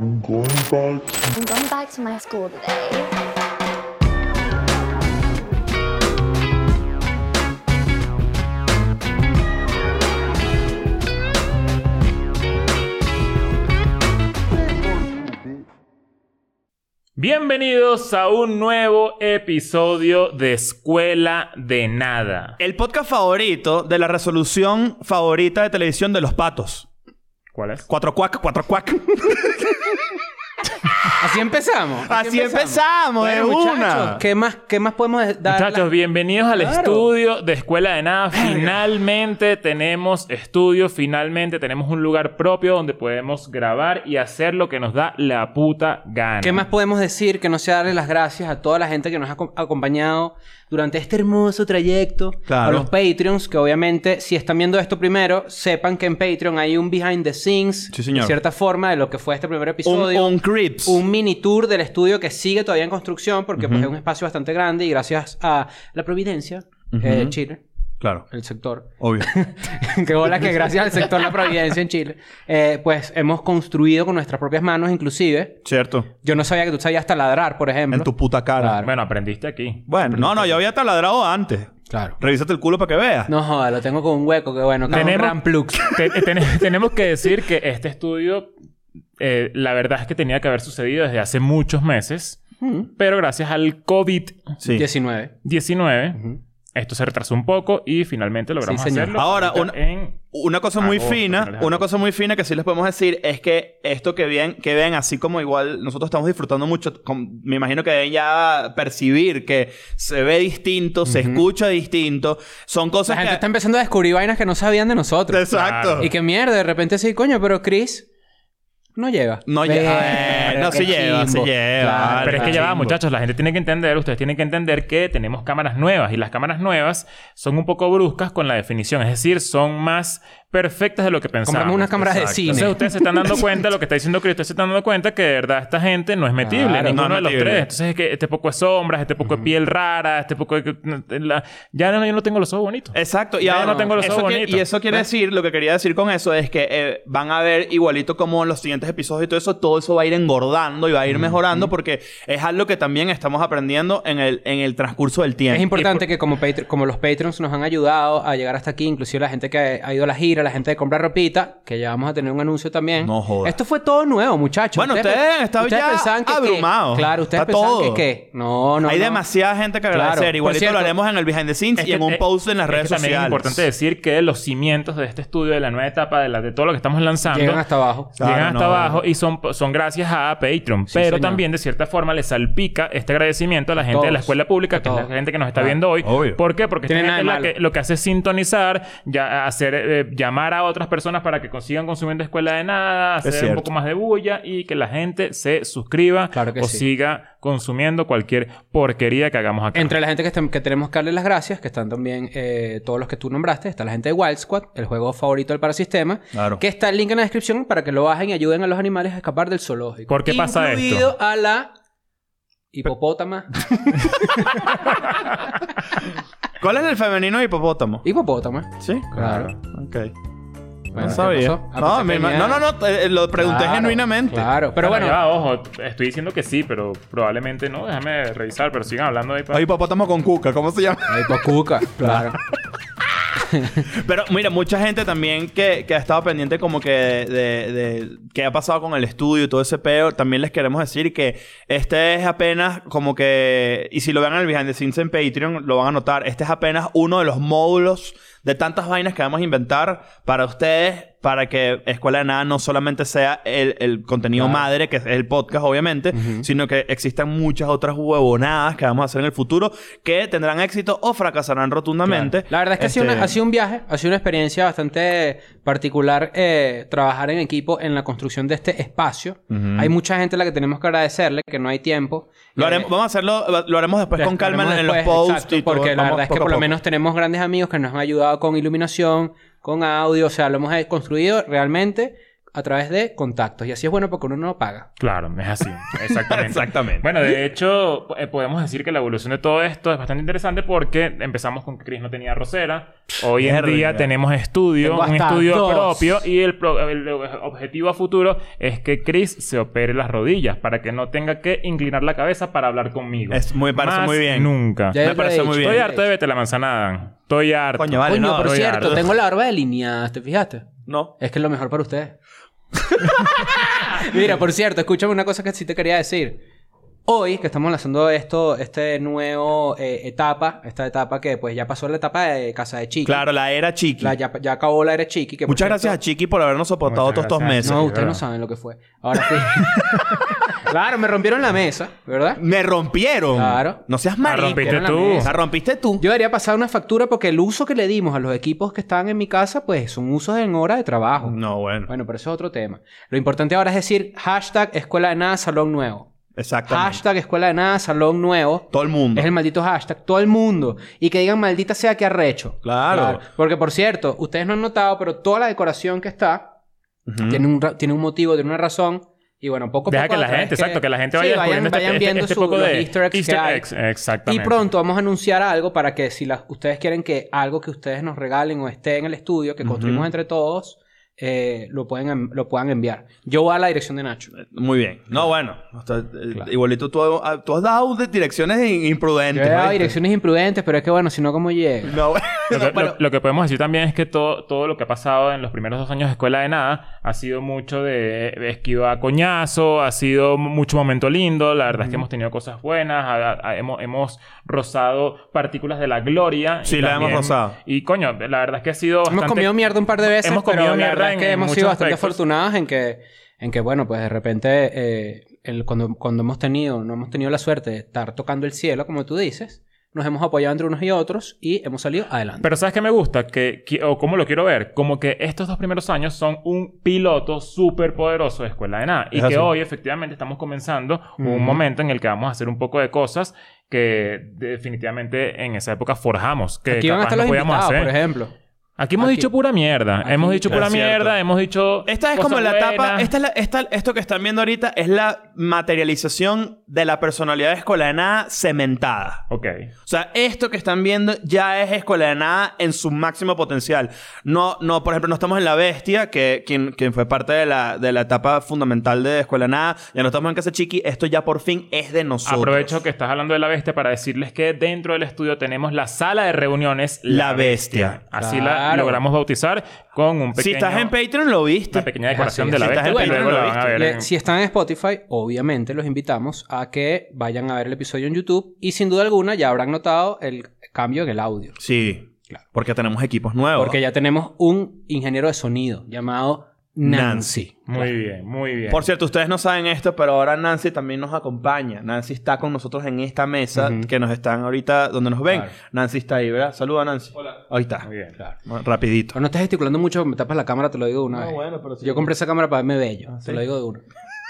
I'm going back to my school today. Bienvenidos a un nuevo episodio de Escuela de Nada. El podcast favorito de la resolución favorita de televisión de los patos. ¿Cuál es? Cuatro cuac. Así empezamos. Así empezamos, de una. ¿Qué más podemos dar? Muchachos, bienvenidos al estudio de Escuela de Nada. Finalmente tenemos estudio, finalmente tenemos un lugar propio donde podemos grabar y hacer lo que nos da la puta gana. ¿Qué más podemos decir que no sea darle las gracias a toda la gente que nos ha acompañado durante este hermoso trayecto? Claro. A los Patreons, que obviamente, si están viendo esto primero, sepan que en Patreon hay un behind the scenes, sí, señor, de cierta forma, de lo que fue este primer episodio. Un Crips. Un mini tour del estudio que sigue todavía en construcción, porque pues, es un espacio bastante grande y gracias a la Providencia de Chile. Claro. El sector. Obvio. Qué bola que gracias al sector La Providencia en Chile, pues hemos construido con nuestras propias manos, inclusive. Cierto. Yo no sabía que tú sabías taladrar, por ejemplo. En tu puta cara. Claro. Bueno, aprendiste aquí. Bueno, no, yo había taladrado antes. Claro. Revísate el culo para que veas. No joda, lo tengo con un hueco, que bueno. Tenemos que decir que este estudio, la verdad es que tenía que haber sucedido desde hace muchos meses. Pero gracias al COVID-19... Esto se retrasó un poco y finalmente logramos hacerlo. Ahora, una cosa muy fina que sí les podemos decir es que esto que ven, así como igual nosotros estamos disfrutando mucho, me imagino que deben ya percibir que se ve distinto, se escucha distinto. Son cosas La gente está empezando a descubrir vainas que no sabían de nosotros. Exacto. Claro. Y que mierda, de repente sí, coño, pero Chris... No lleva. No lleva. Sí lleva. Claro, pero es que ya va, muchachos. La gente tiene que entender, ustedes tienen que entender que tenemos cámaras nuevas. Y las cámaras nuevas son un poco bruscas con la definición. Es decir, son más perfectas de lo que pensábamos. Compramos unas cámaras de cine. Entonces ustedes se están dando cuenta, lo que está diciendo Chris, ustedes se están dando cuenta que de verdad esta gente no es metible. Claro, Ninguno no de los metible. tres. Entonces es que este poco es sombras, este poco es piel rara, este poco es... Ya yo no tengo los ojos bonitos. Exacto. Y Ya ahora no tengo los ojos bonitos. Y eso quiere decir, lo que quería decir con eso es que van a ver igualito como en los siguientes episodios y todo eso va a ir engordando y va a ir mejorando porque es algo que también estamos aprendiendo en el transcurso del tiempo. Es importante que como los Patreons nos han ayudado a llegar hasta aquí, inclusive la gente que ha ido a la gira, la gente de comprar ropita, que ya vamos a tener un anuncio también. No jodas. Esto fue todo nuevo, muchachos. Bueno, ustedes han estado ya abrumados. Claro, ustedes Está pensaban todo. que No. Hay demasiada gente que agradecer. Claro. Igualito Por cierto, lo haremos en el behind the scenes y en un post en las redes También sociales. es importante decir que los cimientos de este estudio, de la nueva etapa, de todo lo que estamos lanzando... llegan hasta abajo. Llegan hasta abajo y son gracias a Patreon. Sí, pero señor. también, de cierta forma, le salpica este agradecimiento a la gente de la escuela pública, que es la gente que nos está viendo hoy. Obvio. ¿Por qué? Porque esta Tiene gente nada de lo que hace es sintonizar, llamar a otras personas para que consigan consumiendo Escuela de Nada, hacer un cierto. poco más de bulla y que la gente se suscriba Claro que o sí. siga consumiendo cualquier porquería que hagamos acá. Entre la gente que tenemos que darle las gracias, que están también todos los que tú nombraste, está la gente de Wild Squad, el juego favorito del Parasistema, Claro. que está el link en la descripción para que lo bajen y ayuden a los animales a escapar del zoológico. ¿Por qué pasa esto? Incluido a la hipopótama. ¿Cuál es el femenino de hipopótamo? Hipopótama. ¿Sí? Claro. Ok. Bueno, No sabía. ¿qué pasó? Ah, pensé que No, lo pregunté Claro, genuinamente. Claro, pero bueno. Ya, ojo, estoy diciendo que sí, pero probablemente no. Déjame revisar, pero sigan hablando ahí. O hipopótamo con cuca, ¿cómo se llama? La hipocuca, claro. Pero mira, mucha gente también que ha estado pendiente como que de qué ha pasado con el estudio y todo ese peo. También les queremos decir que este es apenas como que... Y si lo ven en el behind the scenes en Patreon, lo van a notar. Este es apenas uno de los módulos de tantas vainas que vamos a inventar para ustedes, para que Escuela de Nada no solamente sea el contenido madre, que es el podcast, obviamente, sino que existan muchas otras huevonadas que vamos a hacer en el futuro que tendrán éxito o fracasarán rotundamente. Claro. La verdad es que ha sido un viaje, ha sido una experiencia bastante particular trabajar en equipo en la construcción de este espacio. Hay mucha gente a la que tenemos que agradecerle, que no hay tiempo. Vamos a hacerlo, lo haremos después con calma en los posts. Exacto, y todo. porque la Vamos verdad es que poco a por lo poco. menos tenemos grandes amigos que nos han ayudado con iluminación, con audio. O sea, lo hemos construido realmente a través de contactos. Y así es bueno porque uno no paga. Claro, es así. Exactamente. Exactamente. Bueno, de hecho, podemos decir que la evolución de todo esto es bastante interesante porque empezamos con que Chris no tenía rosera. Hoy en día Verga. tenemos estudio, Tengo un hasta estudio 2. propio y el objetivo a futuro es que Chris se opere las rodillas para que no tenga que inclinar la cabeza para hablar conmigo. Parece Más muy bien. Nunca. Ya Me lo he parece muy dicho. bien. Estoy harto de vete la manzana. Estoy harto. Coño, vale, Coño, no. por estoy cierto, harto. tengo la barba delineada. ¿Te fijaste? No. Es que es lo mejor para ustedes. Mira, por cierto, escúchame una cosa que sí te quería decir. Hoy, que estamos lanzando este nuevo esta etapa que pues ya pasó la etapa de casa de Chiqui. Claro, la era Chiqui. Ya acabó la era Chiqui. Que por Muchas cierto- gracias a Chiqui por habernos soportado Muchas todos estos gracias. meses. No, Sí, ustedes no ¿verdad? saben lo que fue. Ahora sí. Claro, me rompieron la mesa, ¿verdad? Me rompieron. Claro. No seas La marico. rompiste Rompieron la tú. mesa. La rompiste tú. Yo debería pasar una factura porque el uso que le dimos a los equipos que estaban en mi casa, pues son usos en hora de trabajo. No, bueno. Bueno, pero eso es otro tema. Lo importante ahora es decir hashtag Escuela de Nada Salón Nuevo. Exactamente. Hashtag Escuela de Nada Salón Nuevo. Todo el mundo. Es el maldito hashtag. Todo el mundo. Y que digan maldita sea que arrecho. Claro. Porque, por cierto, ustedes no han notado, pero toda la decoración que está Ujú. tiene un motivo, tiene una razón. Y bueno, poco a Deja poco... que la a través gente, exacto, que la gente vaya Sí, descubriendo vayan viendo este su- poco los de easter eggs que hay. Exactamente. Y pronto vamos a anunciar algo para que si ustedes quieren que algo que ustedes nos regalen o esté en el estudio que construimos entre todos, lo puedan enviar. Yo voy a la dirección de Nacho. Muy bien. No, bueno. Igualito tú has dado direcciones Yo imprudentes. he dado ¿oíste? direcciones imprudentes, pero es que bueno, si no, ¿cómo llega? No, Lo que podemos decir también es que todo lo que ha pasado en los primeros 2 años de Escuela de Nada ha sido mucho de esquiva a coñazo, ha sido mucho momento lindo. La verdad es que hemos tenido cosas buenas, hemos rozado partículas de la gloria. Sí, y la hemos también- rozado. Y coño, la verdad es que ha sido Hemos bastante... comido mierda un par de veces, Hemos pero comido la mierda verdad es que en hemos muchos sido bastante aspectos. afortunados en que bueno, pues de repente cuando no hemos tenido la suerte de estar tocando el cielo, como tú dices, nos hemos apoyado entre unos y otros y hemos salido adelante. Pero ¿sabes qué me gusta? O cómo lo quiero ver. Como que estos 2 primeros años son un piloto súper poderoso de Escuela de Nada. Y Es que así. hoy, efectivamente, estamos comenzando un momento en el que vamos a hacer un poco de cosas que definitivamente en esa época forjamos. Que Aquí van a capaz estar no los podíamos invitados, hacer. por ejemplo. Aquí hemos Aquí. dicho pura mierda. Hemos dicho pura Es cierto. mierda. Hemos dicho Esta es cosas como la etapa... buenas. Esto que están viendo ahorita es la materialización de la personalidad de Escuela de Nada cementada. Ok. O sea, esto que están viendo ya es Escuela de Nada en su máximo potencial. No, por ejemplo, no estamos en La Bestia, quien fue parte de la etapa fundamental de Escuela de Nada. Ya no estamos en Casa Chiqui. Esto ya por fin es de nosotros. Aprovecho que estás hablando de La Bestia para decirles que dentro del estudio tenemos la sala de reuniones La Bestia. Así la Claro. logramos bautizar con un pequeño... Si estás en Patreon, lo viste. Una pequeña decoración así, de La si estás Bestia. en Y luego Patreon, la lo van a ver en... Si están en Spotify, obviamente los invitamos a que vayan a ver el episodio en YouTube y sin duda alguna ya habrán notado el cambio en el audio. Sí. Claro. Porque tenemos equipos nuevos. Porque ya tenemos un ingeniero de sonido llamado Nancy. Muy bien, muy bien. Por cierto, ustedes no saben esto, pero ahora Nancy también nos acompaña. Nancy está con nosotros en esta mesa que nos están ahorita donde nos ven. Claro. Nancy está ahí, ¿verdad? Saluda, Nancy. Hola. Ahí está. Muy bien. Claro. Rapidito. Pero no estés gesticulando mucho, me tapas la cámara, te lo digo de una No, vez. bueno, pero sí. Yo compré esa cámara para verme bello. ¿sí? Te lo digo de una.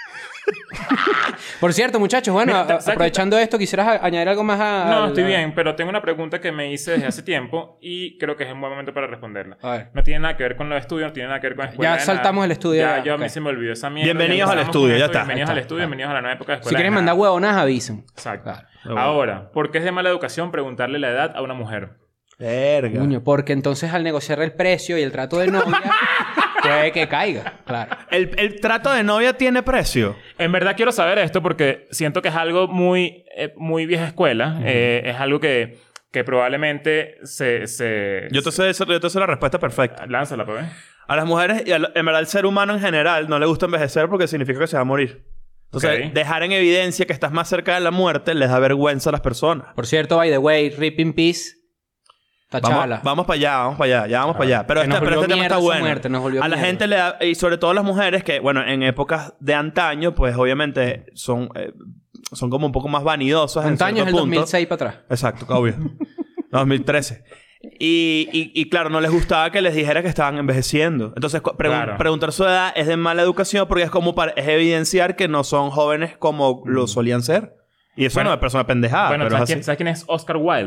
Por cierto, muchachos, bueno, Mira, ¿sabes aprovechando esto, ¿quisieras añadir algo más a...? No, estoy bien, pero tengo una pregunta que me hice desde hace tiempo y creo que es un buen momento para responderla. A ver. No tiene nada que ver con los estudios, no tiene nada que ver con escuela. Ya de saltamos nada. el estudio, Ya, ya, yo a ok. mí se me olvidó esa mierda. Bienvenidos Ya al empezamos estudio, con ya esto, está. Bienvenidos Ahí al está. estudio, bienvenidos a la nueva época de escuela. Si quieren de mandar nada. huevonas, avisen. Exacto. Claro. Ahora, ¿por qué es de mala educación preguntarle la edad a una mujer? Verga. Coño, porque entonces al negociar el precio y el trato de novia, puede que caiga. Claro. ¿El trato de novia tiene precio? En verdad quiero saber esto porque siento que es algo muy vieja escuela. Es algo que probablemente se... Yo te sé la respuesta perfecta. Lánzala, pues. A las mujeres, y en verdad al ser humano en general, no le gusta envejecer porque significa que se va a morir. Entonces, Ok. dejar en evidencia que estás más cerca de la muerte les da vergüenza a las personas. Por cierto, by the way, Rip in Peace. Tachala. Vamos para allá, ya vamos para allá. Pero Que nos este volvió tema está mierda su bueno. muerte, nos volvió A la mierda. gente le da, y sobre todo las mujeres que, bueno, en épocas de antaño, pues obviamente son como un poco más vanidosas en Antaño es cierto el punto. 2006 para atrás. Exacto, obvio. 2013. Y claro, no les gustaba que les dijera que estaban envejeciendo. Entonces, Claro. preguntar su edad es de mala educación porque es como es evidenciar que no son jóvenes como lo solían ser. Y eso Bueno, no me parece una pendejada, bueno, pero es ¿sabes así. quién es Oscar Wilde?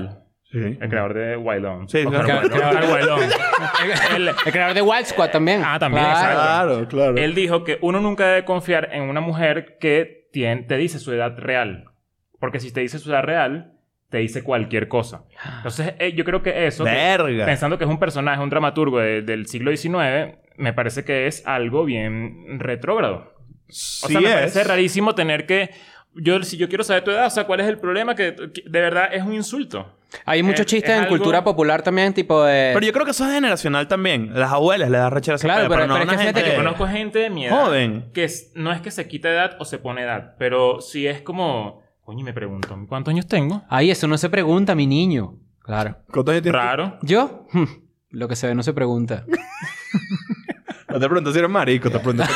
Sí. El creador de Wild On. Sí, Oscar claro. Wilde. Oscar Wilde. El creador de Wild Squad también. También, exacto. Claro. Él dijo que uno nunca debe confiar en una mujer que te dice su edad real. Porque si te dice su edad real, te dice cualquier cosa. Entonces, yo creo que eso... Verga. Pensando que es un personaje, un dramaturgo del siglo XIX, me parece que es algo bien retrógrado. Sí O sea, me parece es. rarísimo tener que... si yo quiero saber tu edad, o sea, ¿cuál es el problema? Que de verdad es un insulto. Hay muchos chistes en algo- cultura popular también, tipo de... Pero yo creo que eso es generacional también. Las abuelas le da rechera a ese Claro, pedo, pero no es una que fíjate gente... que Conozco gente de mi edad Joven. que no es que se quita edad o se pone edad, pero sí es como... Coño, y me pregunto, ¿cuántos años tengo? Ay, eso no se pregunta, mi niño. Claro. ¿Cuántos años tienes? Raro. ¿Yo? Lo que se ve no se pregunta. No te preguntas si eres marico, te preguntas...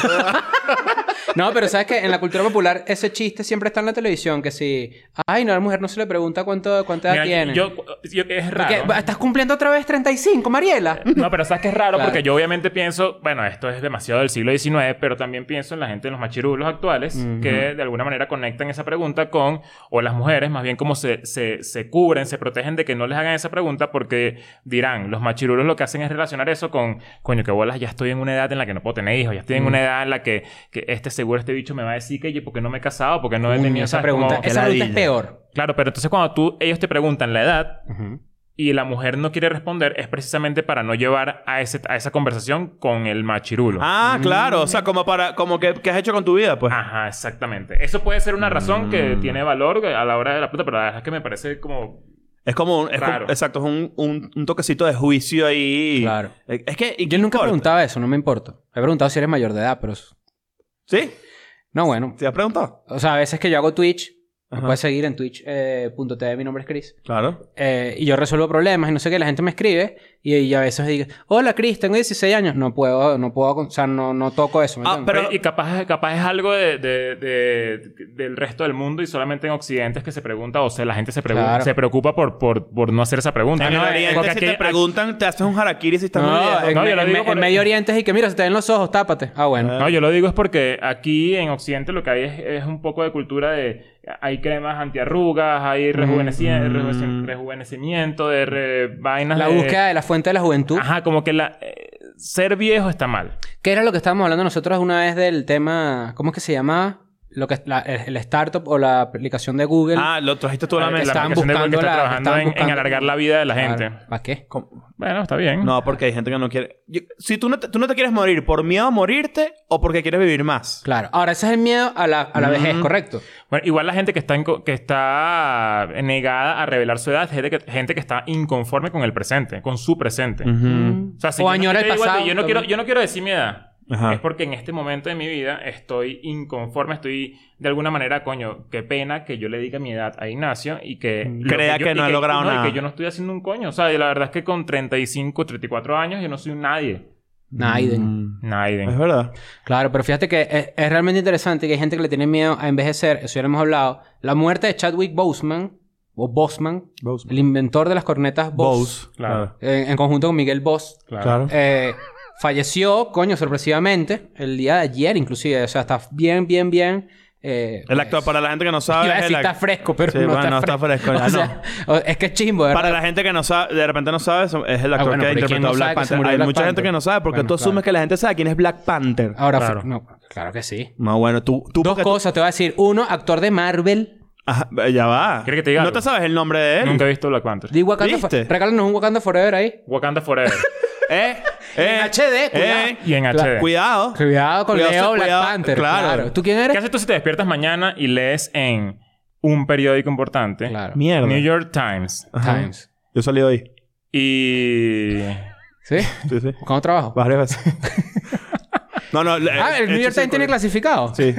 No, pero ¿sabes qué? En la cultura popular ese chiste siempre está en la televisión. Que si... Ay, no, a la mujer no se le pregunta cuánta edad Mira, tiene. yo es raro. Porque, ¿estás cumpliendo otra vez 35, Mariela? No, pero sabes que es raro Claro. porque yo obviamente pienso, bueno, esto es demasiado del siglo XIX, pero también pienso en la gente, en los machirulos actuales, que de alguna manera conectan esa pregunta con, o las mujeres, más bien como se cubren, se protegen de que no les hagan esa pregunta porque dirán, los machirulos lo que hacen es relacionar eso con, coño, que bolas, ya estoy en una edad en la que no puedo tener hijos, ya estoy en una edad en la que seguro este bicho me va a decir que yo, ¿por qué no me he casado? ¿Por qué no he Uy, tenido esa ¿sabes? pregunta, Como- esa pregunta es ladilla. peor. Claro, pero entonces cuando ellos te preguntan la edad, y la mujer no quiere responder, es precisamente para no llevar a esa conversación con el machirulo. Ah, claro. O sea, como que ¿qué has hecho con tu vida, pues? Ajá, exactamente. Eso puede ser una razón que tiene valor a la hora de la pregunta, pero la verdad es que me parece como... Es como... Raro. Exacto. Es un toquecito de juicio ahí. Claro. Es que... Yo nunca preguntaba eso, no me importa. He preguntado si eres mayor de edad, pero... ¿Sí? No, bueno. ¿Te has preguntado? O sea, a veces que yo hago Twitch... Me Ajá. puedes seguir en twitch.tv, mi nombre es Chris. Claro. Y yo resuelvo problemas y no sé qué. La gente me escribe y a veces digo... Hola, Chris, tengo 16 años. No puedo... O sea, no toco eso. ¿me entiendes? pero- Y capaz es algo del resto del mundo y solamente en Occidente es que se pregunta, o sea, la gente se Claro. preocupa por no hacer esa pregunta. En el No, Oriente, porque si aquí- te preguntan, te haces un harakiri si estás muy No, viejo. en, No, yo lo en- digo en por- Medio Oriente es y que mira, se te ven los ojos, tápate. Ah, bueno. No, yo lo digo es porque aquí en Occidente lo que hay es un poco de cultura de... Hay cremas antiarrugas, hay rejuvenecimiento, vainas La de... búsqueda de la fuente de la juventud. Ajá, como que ser viejo está mal. ¿Qué era lo que estábamos hablando nosotros una vez del tema... ¿Cómo es que se llama? El startup o la aplicación de Google. Ah, lo trajiste tú a la que mesa. La estaban aplicación de Google que está buscando trabajando estaban en buscando- alargar la vida de la gente. Claro. ¿Para qué? Bueno, está bien. No, porque hay gente que no quiere... Si tú no te quieres morir por miedo a morirte o porque quieres vivir más. Claro. Ahora, ese es el miedo a la vejez, ¿correcto? Bueno, igual la gente que está negada a revelar su edad, gente que está inconforme con el presente, con su presente. O sea, O añora el yo te digo, pasado yo no también. quiero decir mi edad. Ajá. Es porque en este momento de mi vida estoy inconforme, estoy de alguna manera, coño, qué pena que yo le diga mi edad a Ignacio y que... Crea que no ha logrado nada. Y que yo no estoy haciendo un coño. O sea, y la verdad es que con 35, 34 años yo no soy un nadie. Naiden. Nadie. Es verdad. Claro, pero fíjate que es realmente interesante que hay gente que le tiene miedo a envejecer. Eso ya lo hemos hablado. La muerte de Chadwick Boseman, o Boseman, el inventor de las cornetas Bose, Claro. en conjunto con Miguel Bose, Claro. falleció, coño, sorpresivamente, el día de ayer inclusive. O sea, está bien. El actor, para la gente que no sabe... Iba a es decir el está fresco, pero Sí, no bueno, está está fresco, ya O sea, es que es chimbo, ¿verdad? Para la gente que no sabe, de repente no sabe, es el actor bueno, que pero ¿y quién interpretó no a sabe Black que se Panther. murió Hay Black mucha gente Panther? que no sabe porque Bueno, tú asumes claro. que la gente sabe quién es Black Panther. Ahora, Claro. no, claro que sí. No, bueno, tú Dos porque tú- cosas te voy a decir. Uno, actor de Marvel. Ajá, ya va. ¿Quieres que te diga ¿No algo? te sabes el nombre de él? Nunca he visto Black Panther. Di Wakanda ¿Viste? Regálanos un Wakanda Forever ahí. Wakanda Forever. En HD, cuidado. Y en HD. Cuidado. Cuidado con Cuidado, Leo Black cuidado. Panther. Claro. Claro. ¿Tú quién ¿Qué eres? haces tú si te despiertas mañana y lees en un periódico importante? Claro. Mierda. New York Times. Ajá. Times. Yo salí hoy. Y... ¿Sí? Sí, sí. ¿Buscando trabajo? Varias veces. No. El New York Times tiene clasificado. Sí.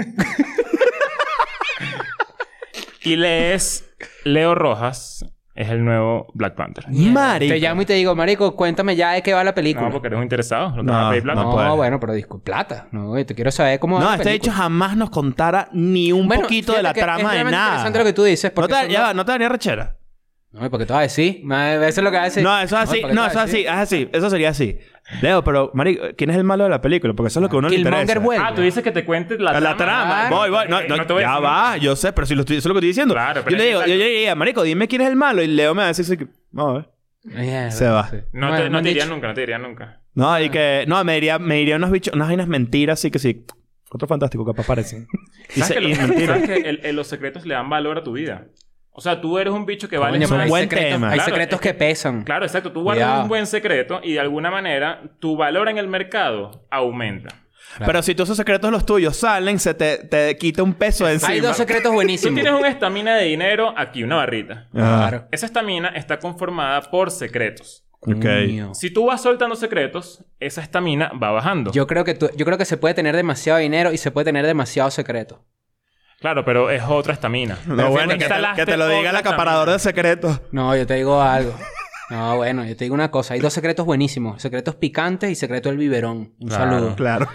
Y lees Leo Rojas es el nuevo Black Panther. Marico. Te llamo y te digo, marico, cuéntame ya de qué va la película. No, porque eres un interesado. No te No, vas a pedir plata. no puede. bueno, pero disco, plata. No, te quiero saber cómo va No, la este hecho película. jamás nos contara ni un Bueno, poquito de la fíjate que trama es de realmente nada. interesante lo que tú dices. ¿No Porque te daría rechera? No, porque te vas a decir. Eso es lo que va a decir. No, eso es así. ¿para qué No, te eso vas es a así. decir? Es así. Eso sería así. Leo, pero, marico, ¿quién es el malo de la película? Porque eso es lo que a uno le interesa. Killmonger vuelve. Ah, tú dices que te cuentes la La trama. Claro. Voy. No, No te voy a ya decir va. nada. Yo sé, pero si lo estoy, eso es lo que estoy diciendo. Claro, pero yo le es digo, que- yo diría, marico, dime quién es el malo. Y Leo me va a decir que... Vamos a ver. Yeah, Se va. sí. No Bueno, te me han diría dicho- nunca, no te diría nunca. No, y que... No, me diría unos bichos... Unas vainas mentiras, así que sí. Otro fantástico capaz parecen. ¿Sabes que, y mentira. ¿sabes que los secretos le dan valor a tu vida? O sea, tú eres un bicho que vale Coño, pero más. hay buen secretos, tema. hay Claro, secretos es que- que pesan. Claro, exacto. Tú guardas Cuidado. un buen secreto y de alguna manera tu valor en el mercado aumenta. Pero si todos esos secretos los tuyos salen, se te quita un peso de encima. Hay dos secretos Tú buenísimos. tienes una estamina de dinero aquí, una barrita. Ah, Claro. Esa estamina está conformada por secretos. ok. Coño. Si tú vas soltando secretos, esa estamina va bajando. Yo creo que se puede tener demasiado dinero y se puede tener demasiado secreto. Claro, pero es otra estamina. No, bueno, Instalaste que te lo diga el otra acaparador de secretos. No, yo te digo algo. No, bueno, yo te digo una cosa. Hay dos secretos buenísimos. Secretos picantes y secreto del biberón. Un Claro. saludo. Claro.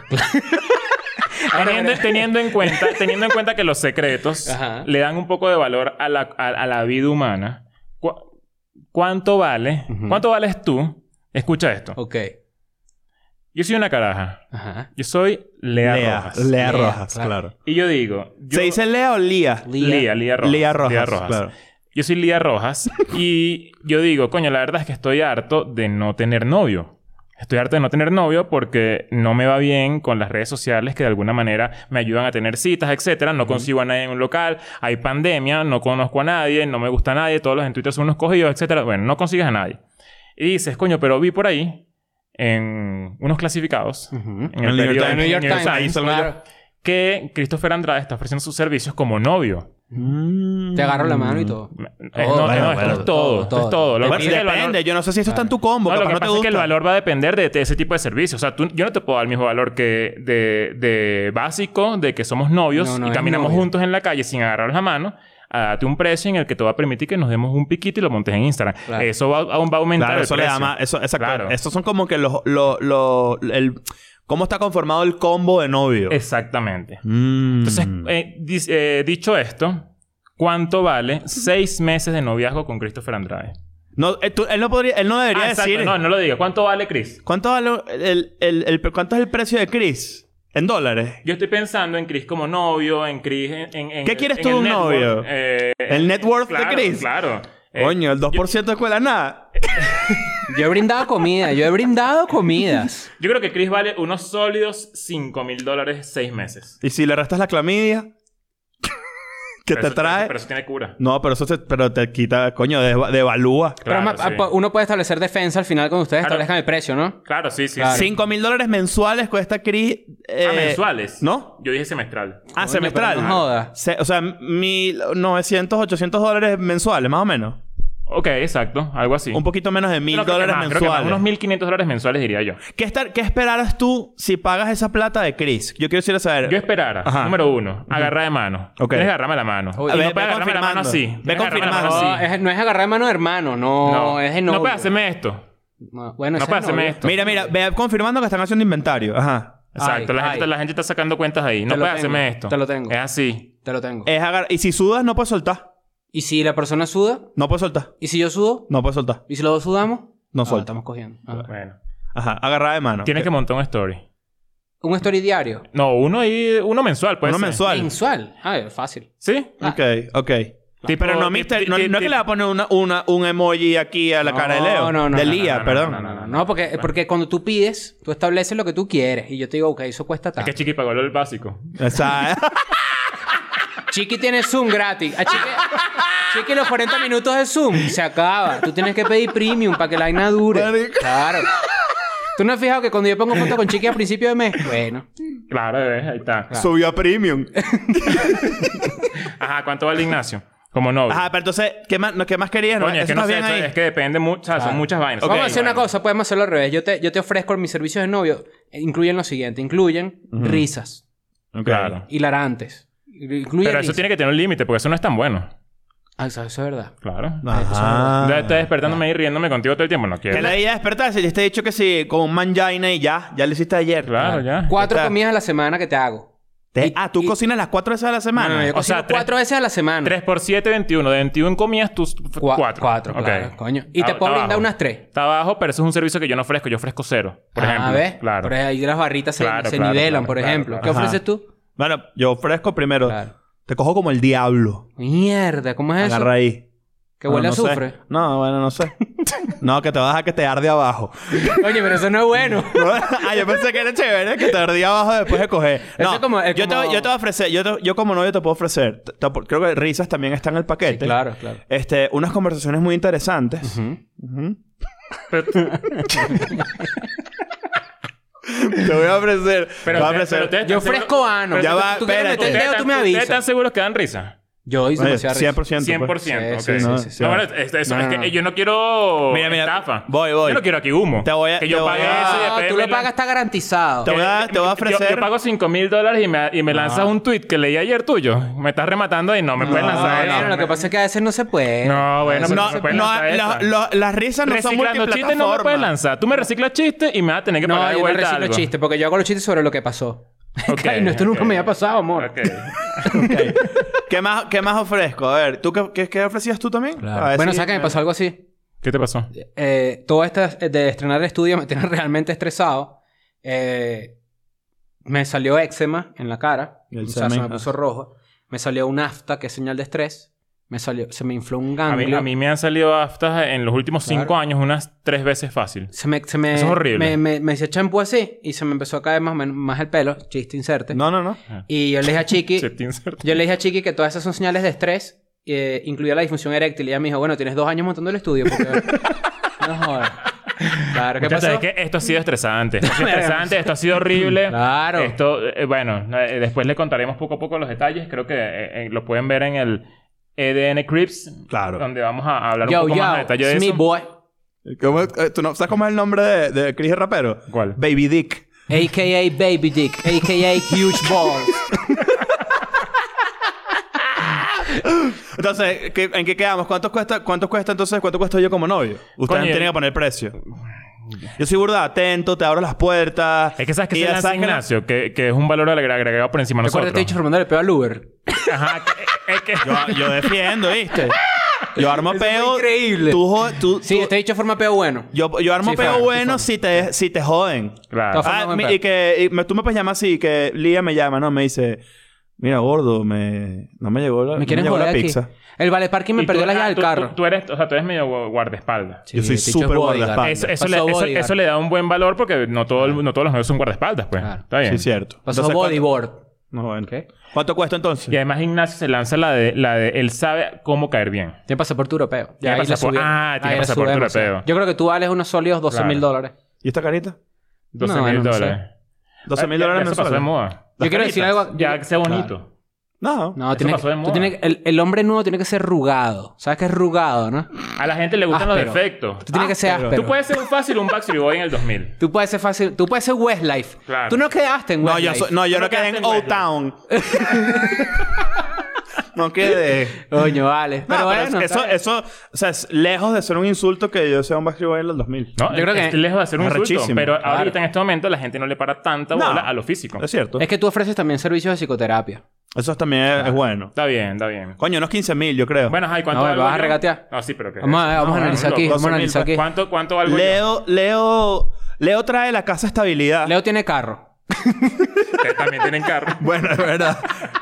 Teniendo en cuenta que los secretos Ajá. le dan un poco de valor a la vida humana. ¿Cuánto vale? Ujú. ¿Cuánto vales tú? Escucha esto. Ok. Yo soy una caraja. Ajá. Yo soy Lea Rojas. Lea Lea, Rojas, claro. claro. Y yo digo... ¿Se dice Lea o Lía? Lía Rojas. Lía Rojas, claro. Yo soy Lía Rojas y yo digo, coño, la verdad es que estoy harto de no tener novio. Estoy harto de no tener novio porque no me va bien con las redes sociales que de alguna manera me ayudan a tener citas, etcétera. No consigo a nadie en un local. Hay pandemia. No conozco a nadie. No me gusta a nadie. Todos los en Twitter son unos cogidos, etcétera. Bueno, no consigues a nadie. Y dices, coño, pero vi por ahí en unos clasificados Ujú. en el New York periódico- Times. New York New York Times, Times, claro. que Christopher Andrade está ofreciendo sus servicios como novio. Te agarro la mano y todo. No, bueno, esto es todo, todo. Esto es todo. Lo que Bueno, pasa es que el depende. valor- Yo no sé si eso está en tu combo. No, lo capaz que no te pasa es que el gusta. valor va a depender de ese tipo de servicios. O sea, yo no te puedo dar el mismo valor que de básico, de que somos novios No, no y es caminamos novio. juntos en la calle sin agarrarnos la mano, a darte un precio en el que te va a permitir que nos demos un piquito y lo montes en Instagram. Claro. Eso va a aumentar Claro, el eso le precio. llama... Eso, exacto. Claro. Estos son como que cómo está conformado el combo de novio. Exactamente. Mm. Entonces, dicho esto, ¿cuánto vale 6 meses de noviazgo con Christopher Andrade? No, él no debería Exacto. decir... No lo digo. ¿Cuánto vale Chris? ¿Cuánto vale cuánto es el precio de Chris? ¿En dólares? Yo estoy pensando en Chris como novio, en Chris... ¿Qué quieres en tú de el un network, novio? ¿El net worth de claro, Chris? Claro. Coño, el 2% de escuela nada. Yo he brindado comida. Yo he brindado comidas. Yo creo que Chris vale unos sólidos $5,000 6 meses. Y si le restas la clamidia... que Pero te eso- trae... Pero eso tiene cura. No, pero pero te quita... Coño, devalúa. Pero Claro, sí. uno puede establecer defensa al final cuando ustedes Claro. establezcan el precio, ¿no? Claro, sí. Claro. $5,000 mensuales cuesta Chris... mensuales. ¿no? Yo dije semestral. Ah, Coño, semestral. pero no jodas. O sea, $1,900, $800 mensuales, más o menos. Ok, exacto. Algo así. Un poquito menos de $1,000 Creo que más, mensuales. unos $1,500 mensuales diría yo. ¿Qué esperaras tú si pagas esa plata de Chris? Yo quiero saber... Yo esperara, Ajá. número 1, agarrar de mano. Ok. Tienes que agarrarme la mano. Uy, Y ve no puedes agarrarme la mano confirmando. así. Ve Tienes que agarrarme la mano confirmando. así. No es agarrar de mano de hermano. No, es de novio. No puedes hacerme esto. No, bueno, No ese puedes es hacerme novio. esto. Mira, ve confirmando que están haciendo inventario. Ajá. Exacto. Ay, La gente está sacando cuentas ahí. No Te lo puedes tengo, hacerme esto. te lo tengo. Es así. Te lo tengo. Y si sudas, no puedes soltar. ¿Y si la persona suda? No puedes soltar. ¿Y si yo sudo? No puedes soltar. ¿Y si los dos sudamos? No Ah, suelta. estamos cogiendo. Ah. Bueno. Ajá. Agarrada de mano. Tienes que montar un story. ¿Un story diario? No, uno mensual, puede Uno ser. mensual. Mensual. Ah, es fácil. ¿Sí? Ok. Tipo- Pero no, no es que le va a poner un emoji aquí a la cara de Leo. No, de Lía, no, perdón. No, porque cuando tú pides, tú estableces lo que tú quieres. Y yo te digo, ok, eso cuesta Es tanto. que Chiqui pagó el básico. Exacto. Chiqui tiene Zoom gratis. A Chiqui los 40 minutos de Zoom se acaba. Tú tienes que pedir premium para que la vaina dure. Marico. Claro. ¿Tú no has fijado que cuando yo pongo foto con Chiqui a principio de mes? Bueno. Claro, bebé. Ahí está. Subió a premium. Ajá, ¿cuánto vale Ignacio? Como novio. Ajá, pero entonces, ¿qué más querías? Coño, es que Eso no está sé. bien ahí. Es que depende mucho. O sea, son muchas vainas. Ok. Vamos a hacer una Bueno. cosa. Podemos hacerlo al revés. Yo te ofrezco mis servicios de novio. Incluyen lo siguiente. Incluyen risas. Ok. Claro. Hilarantes. Incluye Pero eso risas. tiene que tener un límite porque eso no es tan bueno. Ah, eso es verdad. Claro. Ajá. Estoy despertándome y riéndome contigo todo el tiempo. No quiero. Que la idea es despertarse. Y te he dicho que sí, con un mangina y ya. Ya lo hiciste ayer. Claro, ya. 4 Está. comidas a la semana que te hago. ¿Tú cocinas las 4 veces a la semana? No, yo cocino 4 veces a la semana. 3 por 7, 21. De 21 comías tus 4. 4, claro, coño. Y te puedo brindar unas 3. Está abajo, pero eso es un servicio que yo no ofrezco. Yo ofrezco 0, por ejemplo. ¿Ves? Claro. Pero ahí las barritas se nivelan, por ejemplo. ¿Qué ofreces tú? Bueno, yo ofrezco primero. Claro. Te cojo como el diablo. Mierda, ¿cómo es eso? Agarra ahí. ¿Que huele a sé. azufre? No, bueno, no sé. No, que te vas a que te arde abajo. Oye, pero eso no es bueno. Yo pensé que era chévere que te ardía abajo después de coger. No, Eso es como- yo te voy a ofrecer... Yo como novio te puedo ofrecer... Creo que risas también está en el paquete. Sí, claro, claro. Unas conversaciones muy interesantes. Te voy a ofrecer... te voy a ofrecer... Yo ofrezco ano. Ya va, Tú quieres espérate. meter el dedo, tú me ¿Ustedes avisas. están seguros que dan risa? Yo hice Oye, demasiada risa. 100%. 100%. Pues. ok. Sí. No, bueno, eso No, es no. que yo no quiero Mira, estafa. voy. Yo no quiero aquí humo. Te voy a- que te yo voy pague a- eso y después Tú me lo la- pagas, está garantizado. Te voy a ofrecer... Yo pago $5,000 y me lanzas un tweet que leí ayer tuyo. Me estás rematando y no me puedes lanzar eso. Bueno, lo que pasa es que a veces no se puede. No, bueno, pero No, me puedes lanzar esa. las risas no son Reciclando chistes no me puedes multiplataformas. lanzar. Tú me reciclas chistes y me vas a tener que No, pagar de yo no vuelta reciclo algo. chistes porque yo hago los chistes sobre lo que pasó. Ok, Ay, no, esto nunca ok. me había pasado, amor. Ok. Ok. ¿Qué más ofrezco? A ver, ¿tú qué ofrecías tú también? A ver Bueno, si- ¿sabes que me pasó algo así? ¿Qué te pasó? Todo esto de estrenar el estudio me tiene realmente estresado. Me salió eczema en la cara. Y el O sea, se semen, me puso rojo. Me salió un afta, que es señal de estrés. Se me infló un ganglio. A mí me han salido aftas en los últimos 5 Claro. años unas 3 veces fácil. Eso es horrible. Me hice champú así y se me empezó a caer más el pelo. Chiste inserte. No. Y yo le dije a Chiqui... Se te inserta. Yo le dije a Chiqui que todas esas son señales de estrés, incluida la disfunción eréctil. Y ella me dijo, bueno, tienes 2 años montando el estudio. Porque... no jodas. Claro, ¿qué Muchachos, pasó? es que esto ha sido estresante. Esto ha sido horrible. Claro. Esto, después le contaremos poco a poco los detalles. Creo que lo pueden ver en el EDN Crips. Claro. Donde vamos a hablar Yo, un poco más de detalle de it's me, eso. boy. ¿Tú no sabes cómo es el nombre de Chris el rapero? ¿Cuál? Baby Dick. A.K.A. Baby Dick. A.K.A. Huge Balls. Entonces, ¿en qué quedamos? ¿Cuánto cuesta entonces? ¿Cuánto cuesta yo como novio? Ustedes Coño, tienen que poner precio. Yo soy burda atento, te abro las puertas. Es que sabes que y se ya lanza sabes que Ignacio, que es un valor agregado por encima de Recuerda, nosotros. te he dicho formando el peor al Uber. Ajá. Es que... Yo defiendo, ¿viste? Yo armo Eso fue peo. increíble. Tú- Sí, te he dicho forma peo bueno. yo armo Sí, peo forma, bueno sí, si te joden. Claro. Forma buen peo. Tú me puedes llamar así, que Lía me llama, ¿no? Me dice... Mira, gordo, no me llegó la, ¿Me quieren llegó joder la aquí? pizza. El vale parking me Y perdió tú- la llave ah, del tú- carro. Tú eres medio guardaespaldas. Yo soy el bicho es súper bodyguard. guardaespaldas. Eso le da un buen valor porque no todos los novios son guardaespaldas, pues. Claro. Está bien. Sí, cierto. Pasó Entonces, bodyboard. No, bueno. ¿Qué? ¿Cuánto cuesta entonces? Y además Ignacio se lanza la de él sabe cómo caer bien. Tiene pasaporte europeo. Tiene ahí le pasaporte- subieron. tiene Ahí le pasaporte subimos, europeo. Yo creo que tú vales unos sólidos $12,000. ¿Y esta carita? $12,000. no sé. $12,000 Ya eso pasó de mensuales. moda. Yo quiero decir algo... Ya que sea bonito. No. No, Eso pasó de moda. el hombre nuevo tiene que ser rugado. ¿Sabes qué es rugado, no? A la gente le gustan los Áspero. defectos. Tú tienes que ser áspero. Tú puedes ser un fácil un Backstreet Boy en el 2000. Tú puedes ser fácil... Tú puedes ser Westlife. Claro. Tú no quedaste en No, Westlife. yo Tú no no quedé en quedaste en Old Westlife. Town. No quedé. Coño, vale. Pero No, bueno... eso, o sea, es lejos de ser un insulto que yo sea un Backstreet Boy en los 2000. No, Yo creo que- es lejos de hacer un insulto. Arrechísimo. Pero Claro. ahorita en este momento la gente no le para tanta No. bola a lo físico. Es cierto. Es que tú ofreces también servicios de psicoterapia. Eso también es bueno. Está bien, está bien. Coño, unos 15,000, yo creo. Bueno, ay, ¿cuánto No, valgo ¿vas a yo? regatear? No, sí, pero ¿qué? Vamos a No, analizar loco, aquí. Vamos a 12,000, analizar aquí. ¿Cuánto valgo yo? Leo trae la casa estabilidad. Leo tiene carro. Que también tienen carro. Bueno, es verdad.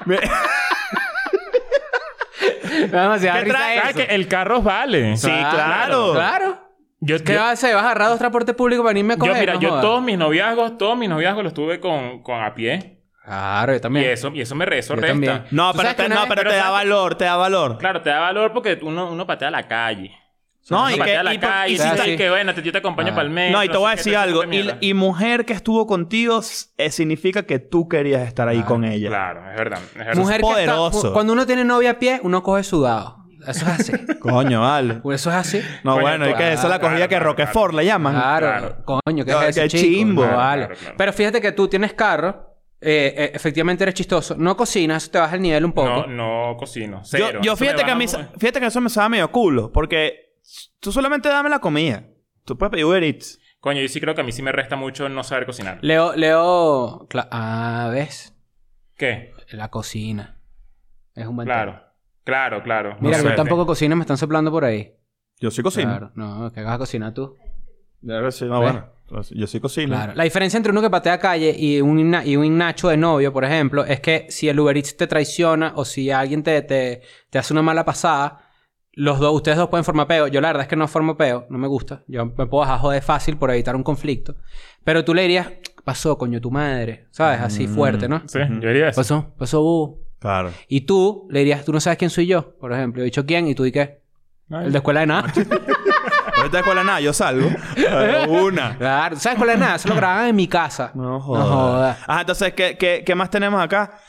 Vamos a ¿Qué trae? ¿Sabes que el carro vale? Sí, claro. Claro. Yo, ¿Qué yo- vas a hacer? ¿Vas a agarrar dos transportes públicos para venirme a coger? mira, No yo jodas. todos mis noviazgos los tuve con a pie. Claro, yo Y también. eso me Yo resta. también. No, ¿Tú pero sabes que una vez- te da valor, te da valor. Claro, te da valor porque uno patea la calle. No, Uno y patea que- la y por- calle. y Y si sí, está- que bueno, yo te acompaño Ah. para el metro. No, y te voy a sé qué, decir todo algo. ese tipo de mierda. Y mujer que estuvo contigo significa que tú querías estar ahí con ella. Claro, es verdad. Es verdad. Mujer que está... poderoso. Cuando uno tiene novia a pie, uno coge sudado. Eso es así. Coño, vale. Eso es así. No, Coño, bueno, y que esa es la cogida claro, que claro, Roquefort le llaman. Claro. Coño, ¿qué No, es eso, qué chico? chimbo. No, vale. Claro, claro. Pero fíjate que tú tienes carro. Efectivamente eres chistoso. No cocinas, te baja el nivel un poco. No cocino. Cero. Yo Eso me fíjate que a mí... baja Fíjate que eso me sabe medio culo. Porque tú solamente dame la comida. Tú puedes pedir Uber Eats. Coño, yo sí creo que a mí sí me resta mucho no saber cocinar. Leo... ¿ves? ¿Qué? La cocina. Es un buen Claro. tema. Claro. Mira, No que sé. tú tampoco cocinas, me están soplando por ahí. Yo soy cocina. Claro. No, que hagas a cocinar tú. No, bueno. Yo soy cocina. Claro. La diferencia entre uno que patea calle y un Ignacho de novio, por ejemplo, es que si el Uber Eats te traiciona o si alguien te hace una mala pasada, ustedes dos pueden formar peo. Yo la verdad es que no formo peo, no me gusta. Yo me puedo dejar joder fácil por evitar un conflicto. Pero tú le dirías, ¿qué pasó, coño, tu madre? ¿Sabes? Así fuerte, ¿no? Sí, yo diría eso. Pasó, bubu. Claro. Y tú le dirías, tú no sabes quién soy yo, por ejemplo. Yo he dicho quién y tú di qué. El de escuela de nada. Ahorita de escuela nada, yo salgo. Una. Claro, ¿tú sabes escuela de nada? Eso lo grababan en mi casa. No jodas. No jodas. Ajá, entonces, ¿qué más tenemos acá?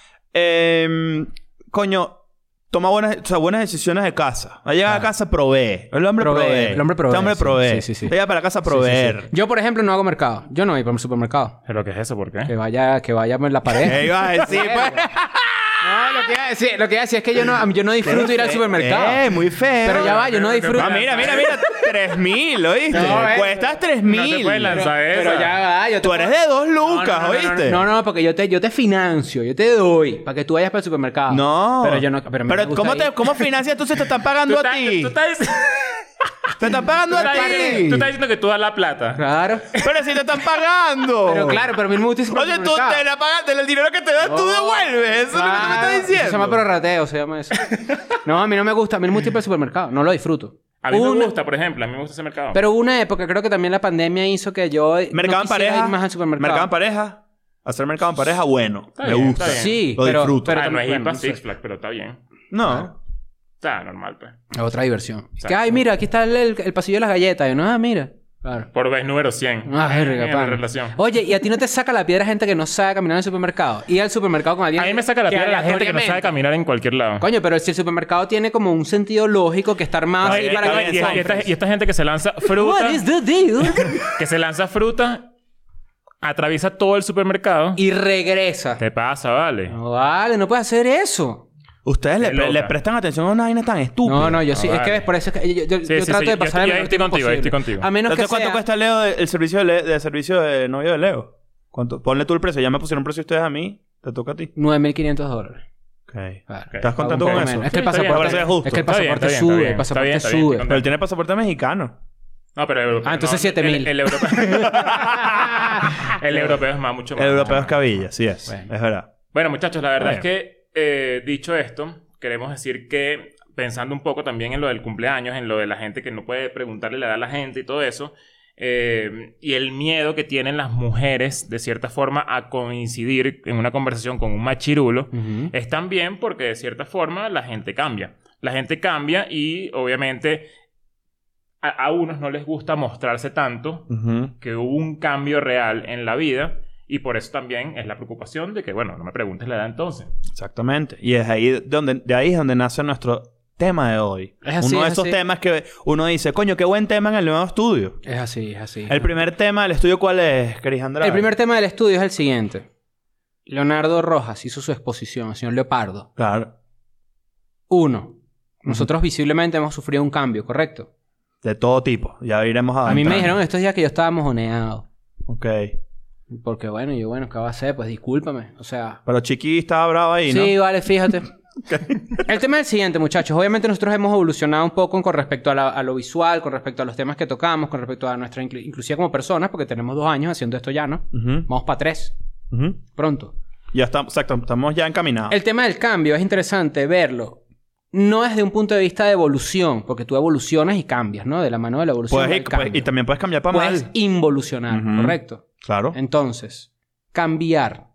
Coño, toma buenas decisiones de casa. Va a llegar a casa, provee. El hombre provee. El hombre provee. Este hombre sí. provee. Sí. Llega para la casa a proveer. Yo, por ejemplo, no hago mercado. Yo no voy para el supermercado. ¿Pero qué es eso? ¿Por qué? Que vaya la pareja. ¿Qué ibas a decir, pues? No, lo que iba a decir es que yo no disfruto ir al supermercado. Muy feo. Pero ya va, yo no disfruto. Ah, mira. 3,000, ¿oíste? No, Cuestas No 3,000. te puedes lanzar esa. Pero ya va, yo te Tú eres de 2 lucas, no, ¿oíste? No, porque yo te financio, yo te doy para que tú vayas para el supermercado. No. Pero yo no. Pero, a mí me gusta ir. ¿cómo financias tú si te están pagando a ti? Tú estás Te están pagando a ti. tú estás diciendo que tú das la plata. Claro. Pero si te están pagando. Pero claro, pero a mí me gusta ir al Oye, tú supermercado. te la pagas, el dinero que te das, tú devuelves. Eso es lo que tú me estás Eso diciendo. se llama prorrateo, se llama eso. No, a mí no me gusta. A mí no me gusta ir para el supermercado. No lo disfruto. A mí me gusta, por ejemplo. A mí me gusta ese mercado. Pero hubo una época, creo que también la pandemia hizo que yo Mercado no en quisiera pareja. ir más al supermercado. Mercado en pareja. Hacer mercado en pareja, bueno. Está Me bien, gusta. está bien. Sí, Lo disfruto. pero no es ir bueno, para no sé. Six Flags, pero está bien. No. Está normal, pues. Otra diversión. Exacto. Que, ay, mira, aquí está el pasillo de las galletas. Y uno, mira. Claro. Por vez número 100. Ah, verga, en pana. la relación. Oye, ¿y a ti no te saca la piedra gente que no sabe caminar en el supermercado? Ir al supermercado con alguien... A mí me saca la piedra la gente que no sabe aleatoriamente- caminar en cualquier lado. Coño, pero si el supermercado tiene como un sentido lógico que está armado Ay, así para está que... bien, y esta gente que se lanza What fruta, is the deal? que se lanza fruta, atraviesa todo el supermercado. Y regresa. ¿Qué pasa, vale? No vale, no puedes hacer eso. Ustedes Qué loca. le prestan atención a una vaina tan estúpida. No, yo sí. Ah, Es que vale. ves, por eso es que yo Sí, trato de yo pasar el estoy menor tiempo contigo, posible. estoy contigo. A menos que Entonces, ¿cuánto sea... cuesta Leo el servicio de servicio de novio de Leo? ¿Cuánto? Ponle tú el precio. Ya me pusieron precio ustedes a mí. Te toca a ti. $9,500. Ok. Claro. ¿Estás contento Un con poco eso? menos. Es que el Sí, está bien, pasaporte... parece justo. Es que el Está bien, pasaporte está bien, sube. está El pasaporte bien, está bien, sube. está bien. Pero él tiene pasaporte mexicano. No, pero el europeo. Ah, entonces no, 7,000. El europeo. El europeo es mucho más. El europeo es cabilla, sí es. Bueno. Es verdad. Bueno, muchachos, la verdad Bueno. es que, dicho esto, queremos decir que, pensando un poco también en lo del cumpleaños, en lo de la gente que no puede preguntarle la edad a la gente y todo eso, y el miedo que tienen las mujeres, de cierta forma, a coincidir en una conversación con un machirulo, Ujú. es también porque, de cierta forma, la gente cambia. La gente cambia y, obviamente, a unos no les gusta mostrarse tanto que hubo un cambio real en la vida. Y por eso también es la preocupación de que, bueno, no me preguntes la edad entonces. Exactamente. Y es ahí de ahí es donde nace nuestro tema de hoy. Es así, Uno de es esos así. temas que uno dice, coño, qué buen tema en el nuevo estudio. Es así, es así. El primer tema del estudio, ¿cuál es, Crisandra? El primer tema del estudio es el siguiente. Leonardo Rojas hizo su exposición, el señor Leopardo. Claro. 1. Nosotros visiblemente hemos sufrido un cambio, ¿correcto? De todo tipo. Ya iremos a A mí me dijeron estos días que yo estaba mojoneado. Ok. Porque bueno, ¿qué va a hacer? Pues discúlpame. O sea... Pero Chiqui estaba bravo ahí, ¿no? Sí, vale, fíjate. El tema es el siguiente, muchachos. Obviamente nosotros hemos evolucionado un poco con respecto a lo visual, con respecto a los temas que tocamos, con respecto a nuestra inclusive como personas, porque tenemos 2 años haciendo esto ya, ¿no? Ujú. Vamos para 3. Ujú. Pronto. Ya estamos, exacto, estamos ya encaminados. El tema del cambio es interesante verlo. No desde un punto de vista de evolución, porque tú evolucionas y cambias, ¿no? De la mano de la evolución Puedes al ir- cambio. y también puedes cambiar para Puedes mal. involucionar, Ujú. ¿correcto? Claro. Entonces, cambiar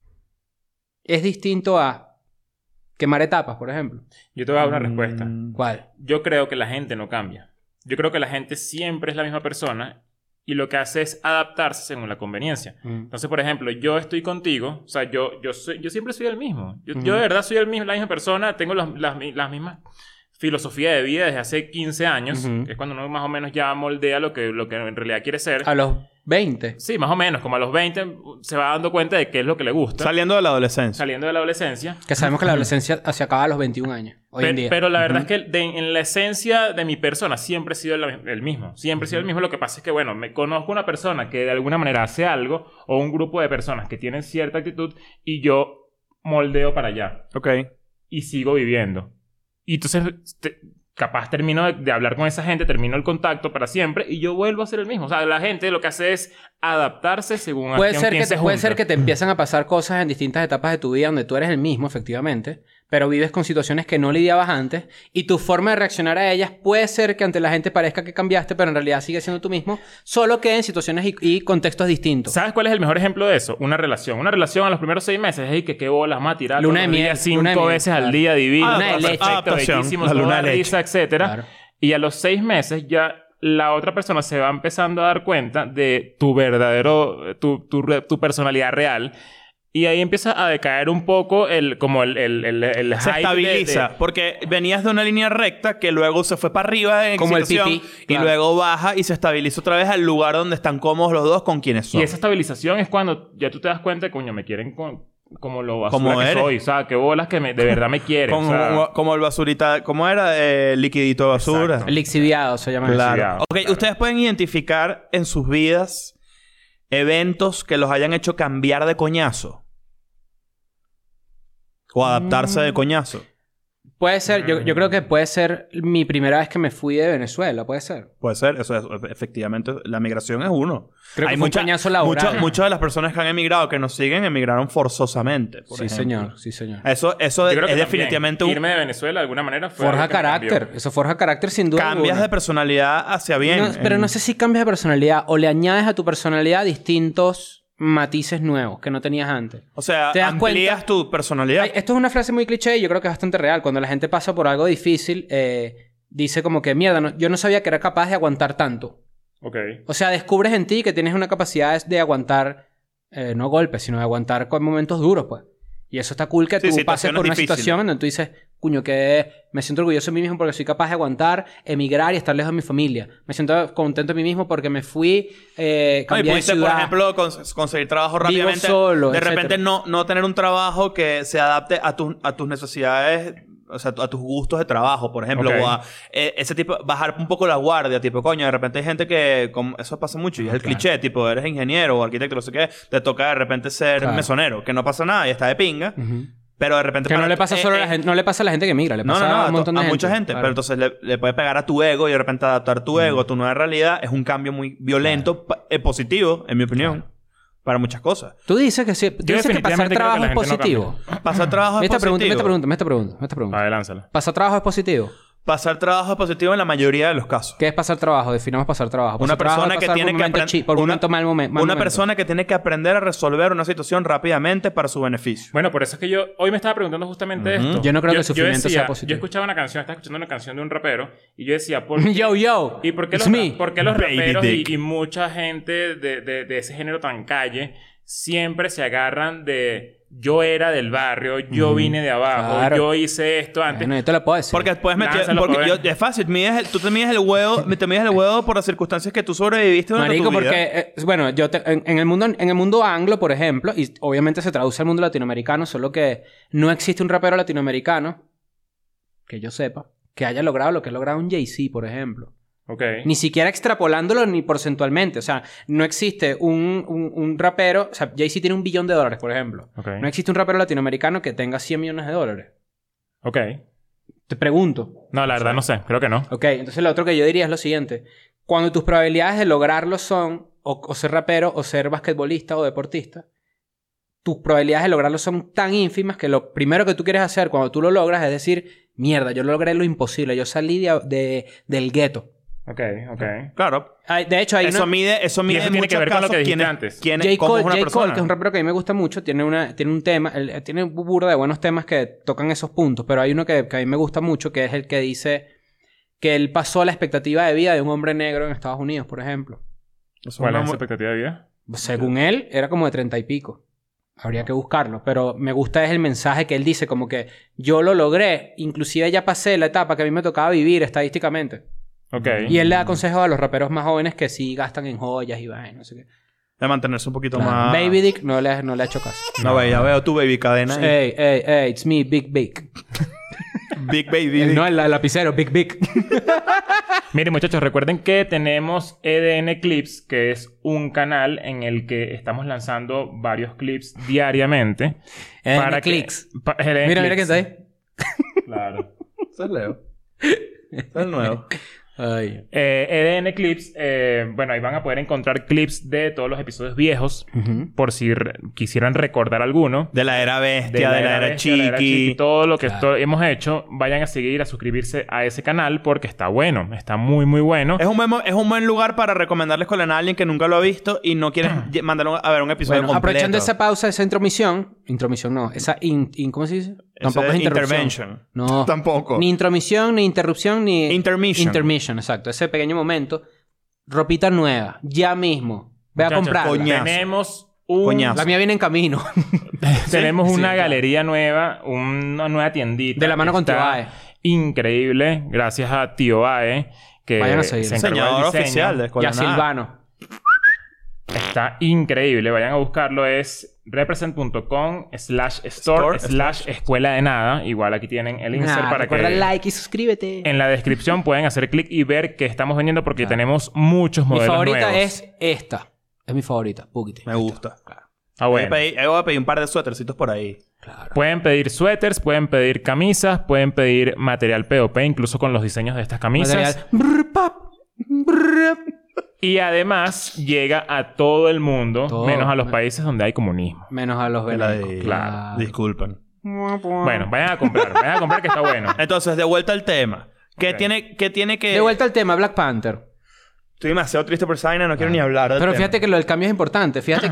es distinto a quemar etapas, por ejemplo. Yo te voy a dar una respuesta. ¿Cuál? Yo creo que la gente no cambia. Yo creo que la gente siempre es la misma persona y lo que hace es adaptarse según la conveniencia. Entonces, por ejemplo, yo estoy contigo, o sea, yo siempre soy el mismo. Yo de verdad soy la misma persona, tengo las mismas filosofías de vida desde hace 15 años, Ujú. que es cuando uno más o menos ya moldea lo que en realidad quiere ser. A los 20. Sí, más o menos, como a los 20 se va dando cuenta de qué es lo que le gusta, Saliendo de la adolescencia. saliendo de la adolescencia. Que sabemos que la adolescencia se acaba a los 21 años. Hoy en día. Pero la verdad es que en la esencia de mi persona siempre he sido el mismo. Siempre he sido el mismo. Lo que pasa es que, bueno, me conozco una persona que de alguna manera hace algo o un grupo de personas que tienen cierta actitud y yo moldeo para allá. Ok. Y sigo viviendo. Y entonces, capaz termino de hablar con esa gente, termino el contacto para siempre y yo vuelvo a ser el mismo. O sea, la gente lo que hace es adaptarse según Puede con ser, quién se puede ser junta. que te empiezan a pasar cosas en distintas etapas de tu vida donde tú eres el mismo, efectivamente, pero vives con situaciones que no lidiabas antes y tu forma de reaccionar a ellas puede ser que ante la gente parezca que cambiaste, pero en realidad sigues siendo tú mismo, solo que en situaciones y contextos distintos. ¿Sabes cuál es el mejor ejemplo de eso? Una relación. Una relación a los primeros 6 meses es que qué bolas, vamos a tirar Luna todos de los miel, días luna de 5 miel, veces al claro. día, divino, Luna de todo leche. perfecto, Adaptación, bellísimo, la luna toda de leche. risa, etcétera. Claro. Y a los 6 meses ya la otra persona se va empezando a dar cuenta de tu verdadero, tu personalidad real. Y ahí empieza a decaer un poco el Se hype estabiliza. Porque venías de una línea recta que luego se fue para arriba en Como el excitación pipí, y claro. luego baja y se estabiliza otra vez al lugar donde están cómodos los dos con quienes son. Y esa estabilización es cuando ya tú te das cuenta de, coño, me quieren como lo basura Como que eres. soy. O sea, qué bolas que de verdad me quieren. como, o sea, como el basurita... ¿Cómo era? Liquidito de basura. Exacto. El lixiviado se llama. Claro. Lixiviado, Ok, claro. ustedes pueden identificar en sus vidas eventos que los hayan hecho cambiar de coñazo. O adaptarse de coñazo. Puede ser, yo creo que puede ser mi primera vez que me fui de Venezuela, puede ser. Puede ser. Eso es, efectivamente, la migración es uno. Creo que fue un coñazo laboral. Muchas de las personas que han emigrado, que nos siguen, emigraron forzosamente. Por Sí, ejemplo. señor, sí, señor. Eso yo creo es que también definitivamente un... irme de Venezuela de alguna manera fue Forja algo que me carácter. cambió. Eso forja carácter sin duda Cambias alguna. de personalidad hacia bien. No, pero no sé si cambias de personalidad o le añades a tu personalidad distintos matices nuevos que no tenías antes. O sea, ¿Te das amplías cuenta? tu personalidad. Ay, esto es una frase muy cliché y yo creo que es bastante real. Cuando la gente pasa por algo difícil, dice como que, mierda, yo no sabía que era capaz de aguantar tanto. Ok. O sea, descubres en ti que tienes una capacidad de aguantar, no golpes, sino de aguantar con momentos duros, pues. Y eso está cool que Sí, tú pases por una situaciones difíciles. situación en donde tú dices, cuño, que me siento orgulloso de mí mismo porque soy capaz de aguantar, emigrar y estar lejos de mi familia. Me siento contento de mí mismo porque me fui, No, y cambié de pudiste, por ciudad. ejemplo, conseguir trabajo Vivo rápidamente. solo, de etcétera. repente no tener un trabajo que se adapte a tus necesidades, o sea, a tus gustos de trabajo, por ejemplo. Ok. O a ese tipo, bajar un poco la guardia, tipo, coño, de repente hay gente que, eso pasa mucho, y es el claro. cliché, tipo, eres ingeniero o arquitecto, no sé qué, te toca de repente ser Claro. mesonero, que no pasa nada y está de pinga, Ujú. pero de repente... Que no para- le pasa solo a la gente, no le pasa a la gente que emigra, le No, pasa no, a un montón de a gente. mucha gente. Claro. Pero entonces le puede pegar a tu ego y de repente adaptar tu ego a tu nueva realidad. Es un cambio muy violento, positivo, en mi opinión, para muchas cosas. Tú dices que sí, tú dices que pasar definitivamente creo que trabajo la es gente no positivo. Pasar trabajo es Esta pregunta, positivo. esta pregunta. A ver, lánzala. ¿Pasar trabajo es positivo? Pasar trabajo es positivo en la mayoría de los casos. ¿Qué es pasar trabajo? Definamos pasar trabajo. Una Pasar trabajo persona es que pasar tiene por un que momento aprender... por un momento mal momento. persona que tiene que aprender a resolver una situación rápidamente para su beneficio. Bueno, por eso es que yo hoy me estaba preguntando justamente esto. Yo no creo que el sufrimiento decía, sea positivo. Yo escuchaba una canción, estaba escuchando una canción de un rapero y yo decía, ¿por qué? Yo. ¿Y por qué It's los, me. por qué los Baby raperos dick. y mucha gente de ese género tan calle siempre se agarran de yo era del barrio, yo vine de abajo, Claro. yo hice esto antes? Bueno, yo te lo puedo decir. Porque puedes meter... Lánzalo, Porque pa' ver. es fácil. Tú te mides el huevo por las circunstancias que tú sobreviviste durante Marico, tu vida. porque... bueno, en el mundo anglo, por ejemplo, y obviamente se traduce al mundo latinoamericano, solo que no existe un rapero latinoamericano, que yo sepa, que haya logrado lo que ha logrado un Jay-Z, por ejemplo. Ok. Ni siquiera extrapolándolo ni porcentualmente. O sea, no existe un rapero... O sea, Jay-Z tiene $1 billón, por ejemplo. Ok. No existe un rapero latinoamericano que tenga $100 millones. Ok. Te pregunto. No, la verdad no sé. Creo que no. Ok, entonces lo otro que yo diría es lo siguiente. Cuando tus probabilidades de lograrlo son o ser rapero, o ser basquetbolista, o deportista, tus probabilidades de lograrlo son tan ínfimas que lo primero que tú quieres hacer cuando tú lo logras es decir, mierda, yo logré lo imposible. Yo salí del gueto. Ok, ok. Claro. De hecho, hay Eso una... mide Y eso en tiene que muchos ver con lo casos que dijiste quién es- antes. quién es- J. cómo es una Cole, persona. que es un rapero que a mí me gusta mucho, tiene un tema, tiene un burda de buenos temas que tocan esos puntos, pero hay uno que a mí me gusta mucho, que es el que dice que él pasó la expectativa de vida de un hombre negro en Estados Unidos, por ejemplo. Eso ¿Cuál no es mu- su expectativa de vida? Según él, era como de 30 y pico. Habría que buscarlo, pero me gusta es el mensaje que él dice, como que yo lo logré, inclusive ya pasé la etapa que a mí me tocaba vivir estadísticamente. Ok. Y él le da consejos a los raperos más jóvenes que sí gastan en joyas y vainas, no sé qué. De mantenerse un poquito Claro. más... Baby Dick no le ha hecho caso. No, ya veo tu baby cadena. ahí. Hey, it's me, Big Big. Big Baby. No, el lapicero, Big Big. Miren, muchachos, recuerden que tenemos EDN Clips, que es un canal en el que estamos lanzando varios clips diariamente. EDN Clips. EDN Mira, Clips. quién está ahí. Claro. Eso es Leo. Eso es el nuevo. Ay. EDN Clips, bueno, ahí van a poder encontrar clips de todos los episodios viejos, por si quisieran recordar alguno. De la era bestia, de la era bestia, de la era chiqui. todo lo que hemos hecho, vayan a seguir, a suscribirse a ese canal porque está bueno. Está muy, muy bueno. Es un buen lugar para recomendarles con a alguien que nunca lo ha visto y no quieres mandarlo a ver un episodio Bueno, completo. aprovechando esa pausa, esa intromisión... Intromisión no. Esa ¿cómo se dice? Tampoco es interrupción. intervention. No. Tampoco. Ni intromisión, ni interrupción, ni... Intermission. Intermission, exacto. Ese pequeño momento. Ropita nueva. Ya mismo. Ve a Muchachos, comprarla. coñazo. Tenemos un... Coñazo. La mía viene en camino. Tenemos una claro. galería nueva, una nueva tiendita. De la mano con Está Tío Ae. Increíble. Gracias a Tío Ae, que Vayan a seguirlo. se encargó del Diseñador diseño. oficial de Y Escuela a de Nada. Silvano. Está increíble. Vayan a buscarlo. Es represent.com/store/escuela de nada. Igual aquí tienen el insert para recuerda que... like y suscríbete. En la descripción pueden hacer clic y ver qué estamos vendiendo porque tenemos muchos Mi modelos favorita nuevos. es esta. Es mi favorita. Pukiti. Me gusta. Ah, bueno. Ahí voy a pedir un par de suétercitos por ahí. Claro. Pueden pedir suéteres, pueden pedir camisas, pueden pedir material POP, incluso con los diseños de estas camisas. Material. Brr, pap. Brr. Y además llega a todo el mundo, Todo. menos a los países donde hay comunismo. Menos a los venecos. Claro. Disculpen. Bueno, vayan a comprar que está bueno. Entonces, de vuelta al tema. ¿Qué Ok. tiene que...? De vuelta al tema, Black Panther. Estoy demasiado triste por esa vaina. No quiero ni hablar del Pero tema. fíjate que lo del cambio es importante. Fíjate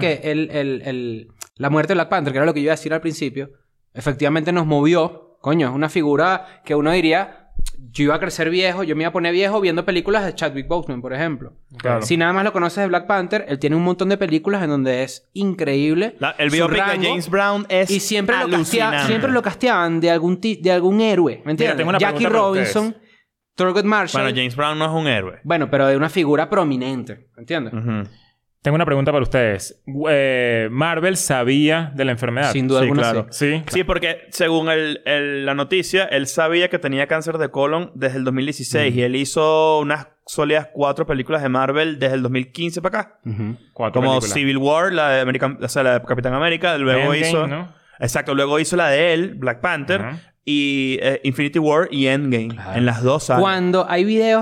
que la muerte de Black Panther, que era lo que yo iba a decir al principio, efectivamente nos movió. Coño, es una figura que uno diría... Yo iba a crecer viejo, yo me iba a poner viejo viendo películas de Chadwick Boseman, por ejemplo. Claro. Si nada más lo conoces de Black Panther, él tiene un montón de películas en donde es increíble. El su biopic de rango, James Brown es y siempre alucinante. siempre lo casteaban de algún héroe. ¿Me entiendes? tengo una Jackie pregunta para Robinson, Thurgood Marshall. Bueno, James Brown no es un héroe. Bueno, pero de una figura prominente. ¿Me entiendes? Ujú. Tengo una pregunta para ustedes. ¿Marvel sabía de la enfermedad? Sin duda Sí, alguna claro. Sí. Sí, porque según la noticia, él sabía que tenía cáncer de colon desde el 2016 y él hizo unas sólidas 4 películas de Marvel desde el 2015 para acá. Ujú. 4 Como películas. Civil War, la de la de Capitán América, luego Endgame, hizo... ¿no? Exacto, luego hizo la de él, Black Panther, Ajá. y Infinity War y Endgame. Claro. En las dos sagas. Cuando hay videos...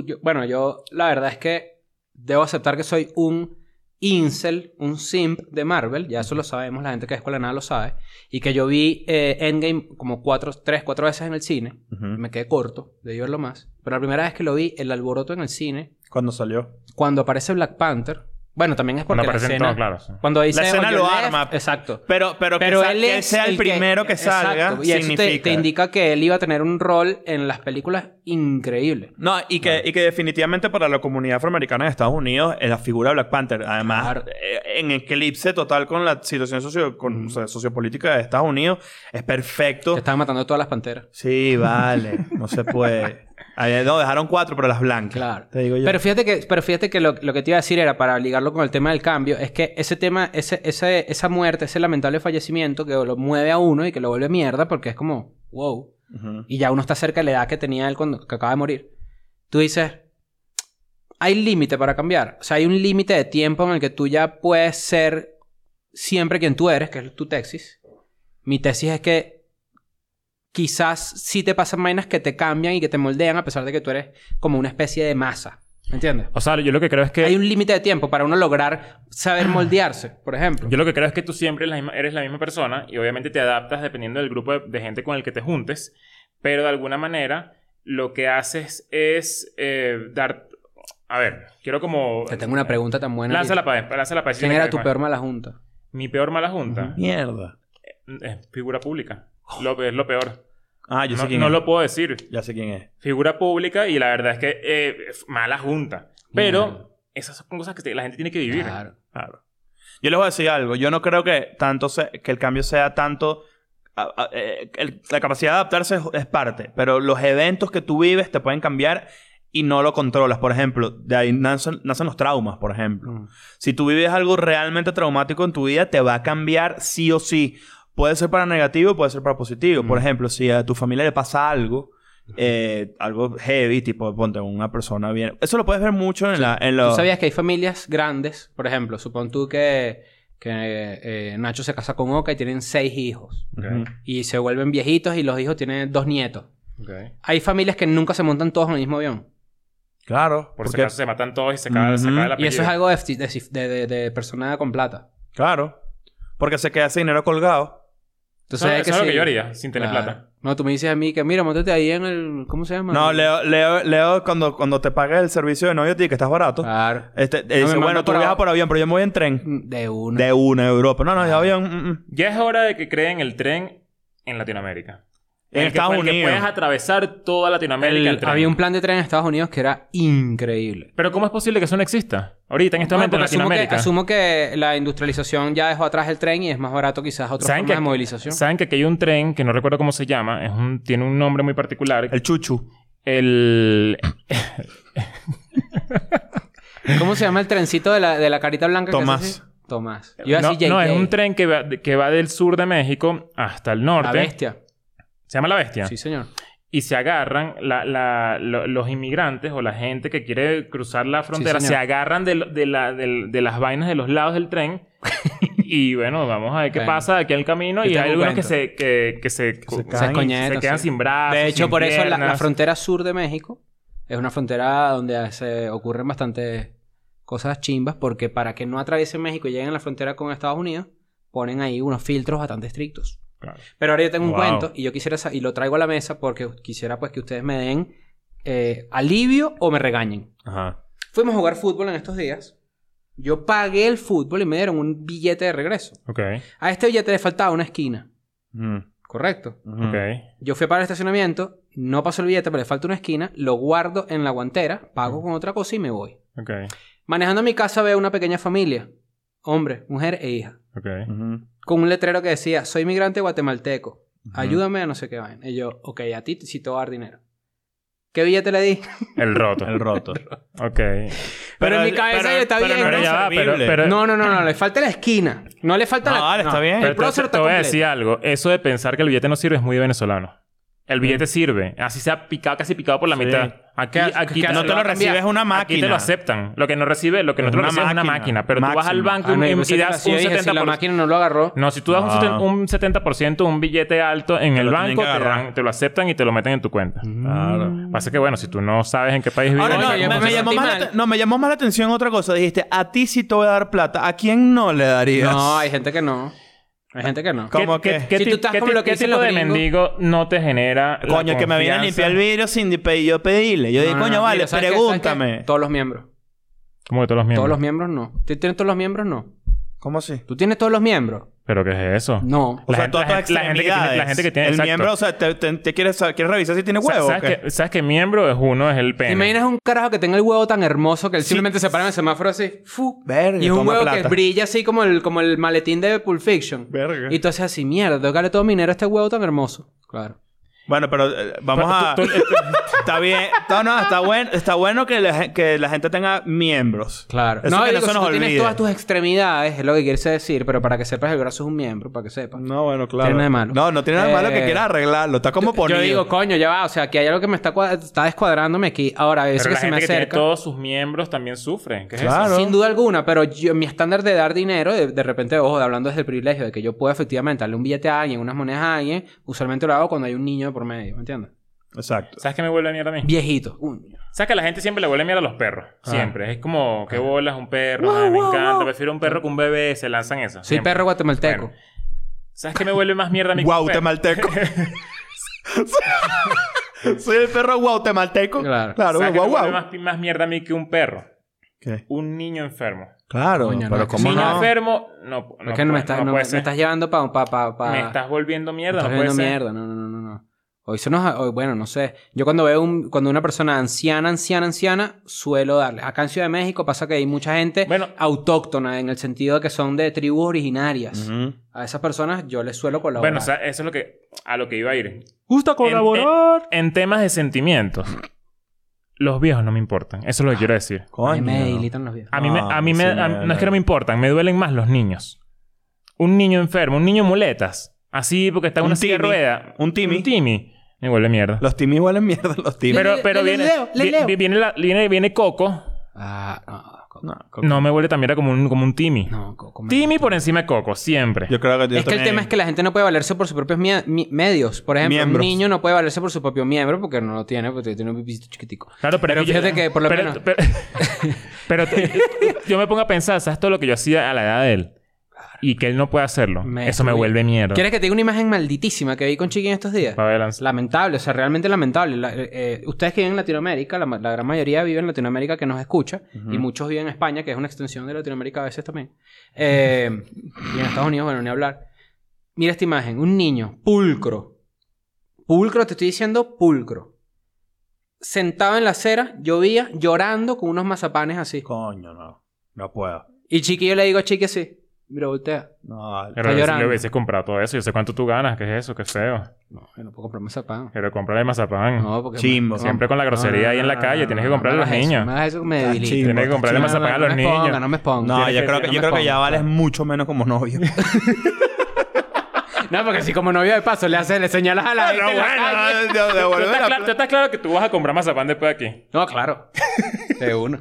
yo la verdad es que debo aceptar que soy un incel, un simp de Marvel. Ya eso lo sabemos, la gente que es escuela de nada lo sabe. Y que yo vi Endgame como 3, 4 veces en el cine. Ujú. Me quedé corto de verlo más. Pero la primera vez que lo vi, el alboroto en el cine, Cuando salió. cuando aparece Black Panther... Bueno, también es porque Cuando la aparecen escena... todos, claro. Sí. Cuando dice... La escena "On your lo left", arma. Exacto. Pero que él él es sea el primero que salga, exacto. Y eso significa... te indica que él iba a tener un rol en las películas increíble. No, y que definitivamente para la comunidad afroamericana de Estados Unidos es la figura de Black Panther. Además, Claro. En eclipse total con la situación sociopolítica de Estados Unidos, es perfecto. Te estaban matando todas las panteras. Sí, vale. No se puede. No, dejaron 4, pero las blancas. Claro. Te digo yo. Pero fíjate que lo que te iba a decir era, para ligarlo con el tema del cambio, es que ese tema, esa muerte, ese lamentable fallecimiento que lo mueve a uno y que lo vuelve mierda porque es como, wow. Ujú. Y ya uno está cerca de la edad que tenía él que acaba de morir. Tú dices, hay límite para cambiar. O sea, hay un límite de tiempo en el que tú ya puedes ser siempre quien tú eres, que es tu tesis. Mi tesis es que quizás sí te pasan vainas que te cambian y que te moldean a pesar de que tú eres como una especie de masa. ¿Me entiendes? O sea, yo lo que creo es que... Hay un límite de tiempo para uno lograr saber moldearse, por ejemplo. Yo lo que creo es que tú siempre eres la misma persona y obviamente te adaptas dependiendo del grupo de gente con el que te juntes, pero de alguna manera lo que haces es dar... A ver, quiero como... Te tengo una pregunta tan buena. Lánzala para ¿Quién era tu peor mala junta? Mi peor mala junta. Mierda. Es figura pública. Es lo peor. Ah, yo sé quién No es. lo puedo decir. Ya sé quién es. Figura pública y la verdad es que mala junta. Pero esas son cosas que la gente tiene que vivir. Claro. Claro. Yo les voy a decir algo. Yo no creo que que el cambio sea tanto... la capacidad de adaptarse es parte. Pero los eventos que tú vives te pueden cambiar y no lo controlas. Por ejemplo, de ahí nacen los traumas, por ejemplo. Si tú vives algo realmente traumático en tu vida, te va a cambiar sí o sí. puede ser para negativo y puede ser para positivo. Por ejemplo, si a tu familia le pasa algo heavy, tipo, ponte una persona bien... Eso lo puedes ver mucho en ¿Tú sabías que hay familias grandes? Por ejemplo, supón tú que Nacho se casa con Oka y tienen 6 hijos. Okay. Y se vuelven viejitos y los hijos tienen 2 nietos. Okay. Hay familias que nunca se montan todos en el mismo avión. Claro. Por si acaso se matan todos y se cae el apellido. Y eso es algo de persona con plata. Claro. Porque se queda ese dinero colgado. Entonces, Eso es lo que yo haría, sin tener plata. No, tú me dices a mí que, mira, móntate ahí en el... ¿Cómo se llama? No, Leo cuando te pague el servicio de novio, que estás barato. Claro. Dice, me bueno, tú mando viajas por avión, pero yo me voy en tren. De una. De una, Europa. No, de avión. Ya es hora de que creen el tren en Latinoamérica. En Estados Que Unidos. puedes atravesar toda Latinoamérica el tren. Había un plan de tren en Estados Unidos que era increíble. Pero ¿cómo es posible que eso no exista? Ahorita, en este momento, en porque Latinoamérica. asumo que la industrialización ya dejó atrás el tren y es más barato quizás otras formas de movilización. ¿Saben que aquí hay un tren que no recuerdo cómo se llama? Tiene un nombre muy particular. El chuchu. ¿Cómo se llama el trencito de la carita blanca? Tomás. Que es así? Tomás. Yo iba a decir No, JK. es un tren que va del sur de México hasta el norte. La Bestia. ¿Se llama La Bestia? Sí, señor. Y se agarran los inmigrantes o la gente que quiere cruzar la frontera, Sí, se agarran de las vainas de los lados del tren. Y bueno, vamos a ver qué pasa de aquí al camino. Yo Y tengo hay un algunos cuento. se escoñetan, quedan sí. sin brazos. De hecho, sin por eso la piernas. frontera sur de México es una frontera donde se ocurren bastantes cosas chimbas, porque para que no atraviesen México y lleguen a la frontera con Estados Unidos, ponen ahí unos filtros bastante estrictos. Claro. Pero ahora yo tengo un Wow. cuento y yo quisiera y lo traigo a la mesa porque quisiera pues que ustedes me den alivio o me regañen. Ajá. Fuimos a jugar fútbol en estos días. Yo pagué el fútbol y me dieron un billete de regreso. Ok. A este billete le faltaba una esquina. Mm. ¿Correcto? Ok. Yo fui para el estacionamiento, no pasó el billete, pero le falta una esquina, lo guardo en la guantera, pago con otra cosa y me voy. Ok. Manejando a mi casa veo una pequeña familia. Hombre, mujer e hija. Ok. Con un letrero que decía, soy migrante guatemalteco. Ayúdame a no sé qué vaina. Y yo, ok, a ti sí te voy a dar dinero. ¿Qué billete le di? El roto. El roto. Ok. Pero en mi cabeza está bien. Pero ya va, pero... No, le falta la esquina. No le falta No, la... vale, está bien. El Pero prócer te está voy a completo. decir algo. Eso de pensar que el billete no sirve es muy venezolano. El billete sirve. Así sea picado, casi picado por la mitad. Aquí ¿Qué No hace? te lo va a cambiar. recibes una máquina. Aquí te lo aceptan. Lo que no te lo recibes es una máquina. Pero tú vas al Máximo. banco Ah, no, yo y pensé que das la- un yo dije, 70%. si la máquina no lo agarró. No, si tú das No. un 70%, un billete alto en el lo tienen banco, que agarrar. te lo aceptan y te lo meten en tu cuenta. Claro. Pasa que, bueno, si tú no sabes en qué país vives... Ahora, Oye, yo me me llamó sentí más mal. me llamó más la atención otra cosa. Dijiste, a ti sí te voy a dar plata. ¿A quién no le darías? No, hay gente que no. Hay gente que no. ¿Cómo que? Si tú estás como lo que ¿Qué dicen tipo los de gringos? mendigo no te genera la Coño, que me viene a confianza? limpiar el vidrio sin yo pedirle. Yo dije, No, no, coño, no. vale, Mira, ¿sabes qué? pregúntame. ¿Sabes qué? Todos los miembros. ¿Cómo que todos los miembros? Todos los miembros no. ¿Tú tienes todos los miembros? No. ¿Cómo así? ¿Tú tienes todos los miembros? ¿Pero qué es eso? No. O La sea, gente- todas tus la gente que tiene- extremidades. la gente que tiene- El exacto. miembro, o sea, te quieres revisar si tiene huevo o qué? ¿Sabes qué miembro es uno? Es el pene. ¿Te imaginas un carajo que tenga el huevo tan hermoso que él simplemente se para en el semáforo así? ¡Fu! Verga, Y es un toma huevo plata. que brilla así como el maletín de Pulp Fiction. Verga. Y tú haces así, mierda, tengo que darle todo mi dinero a este huevo tan hermoso. Claro. Bueno, pero vamos a... Está bien. No, está bueno que la gente tenga miembros. Claro. Eso no, que digo, no se si nos tú tienes olvide. todas tus extremidades, es lo que quieres decir, pero para que sepas, el brazo es un miembro, para que sepas. No, bueno, claro. Tiene nada de malo. No tiene nada de malo que quieras arreglarlo. Está como ponido. Yo digo, coño, ya va. O sea, que hay algo que me está descuadrándome aquí. Ahora, eso Pero que la se me gente que tiene acerca. todos sus miembros también sufre. ¿Qué es Claro. eso? Sin duda alguna, pero mi estándar de dar dinero, de repente, ojo, hablando desde el privilegio de que yo puedo efectivamente darle un billete a alguien, unas monedas a alguien, usualmente lo hago cuando hay un niño de por medio, ¿me entiendes? Exacto. ¿Sabes qué me vuelve mierda a mí? Viejito. ¿Sabes que a la gente siempre le vuelve mierda a los perros? Ah. Siempre. Es como, ¿qué bolas un perro? Ay, me encanta. Prefiero un perro que un bebé. Se lanzan eso. Soy Siempre. perro guatemalteco. Bueno. ¿Sabes qué me vuelve más mierda a mí? que un perro? Guautemalteco. Soy el perro guautemalteco. Claro. Claro, ¿Sabes qué guau, me vuelve guau. más mierda a mí que un perro? ¿Qué? Un niño enfermo. Claro, Coño, no, pero es que ¿cómo Un niño no? enfermo... No, Es que no me estás ser. llevando pa... Me estás volviendo mierda. Estás No puede viendo ser. mierda. No. Bueno, no sé. Yo cuando veo cuando una persona anciana, suelo darle. Acá en Ciudad de México pasa que hay mucha gente Bueno. autóctona en el sentido de que son de tribus originarias. Ujú. A esas personas yo les suelo colaborar. Bueno, o sea, eso es a lo que iba a ir. gusta En temas de sentimientos, los viejos no me importan. Eso es lo que quiero decir. Coño. Me delitan los videos. A mí sí, no es que no me importan, me duelen más los niños. Un niño enfermo, un niño muletas. Así, porque está en Un una silla de Timmy. rueda. Un Timmy. Un Timmy. Me huele mierda. Los Timmy huelen mierda, los Timmy. Pero viene Coco. No, No me huele también como un Timmy. No, Coco. Timmy por encima de Coco, siempre. yo creo que yo Es que el también- tema es que la gente no puede valerse por sus propios medios. Por ejemplo, Miembros. un niño no puede valerse por su propio miembro porque no lo tiene, porque tiene un pipicito chiquitico. Claro, pero es fíjate que por lo menos... pero yo me pongo a pensar, ¿sabes todo lo que yo hacía a la edad de él? Y que él no puede hacerlo. Eso me vuelve mierda. ¿Quieres que te diga una imagen malditísima que vi con Chiqui en estos días? Pa' ver, lanza. Lamentable, o sea, realmente lamentable. Ustedes que viven en Latinoamérica, la gran mayoría vive en Latinoamérica que nos escucha, y muchos viven en España, que es una extensión de Latinoamérica a veces también. Y en Estados Unidos, bueno, ni hablar. Mira esta imagen, un niño, pulcro. Pulcro, te estoy diciendo pulcro. Sentado en la acera, llovía, llorando con unos mazapanes así. Coño, no. No puedo. Y Chiqui, yo le digo a Chiqui así, mira, voltea. No, Pero Está si llorando. le hubieses comprado todo eso. Yo sé cuánto tú ganas. ¿Qué es eso? Qué feo. No, yo no puedo comprar mazapán. Pero cómprale mazapán. No, porque... Chimbo. Siempre con la grosería ahí en la calle. Tienes que comprarle a los niños. Me hagas eso que me debilita. chimbo. Tienes que comprarle No, mazapán a los no me niños. exponga, no me exponga. No, Tienes yo que- creo que, no yo me creo que ya pongo, vales claro. mucho menos como novio. No, porque si como novio de paso le señalas a la gente en la calle. ¿Tú estás claro que tú vas a comprar mazapán después de aquí? No, claro. De uno.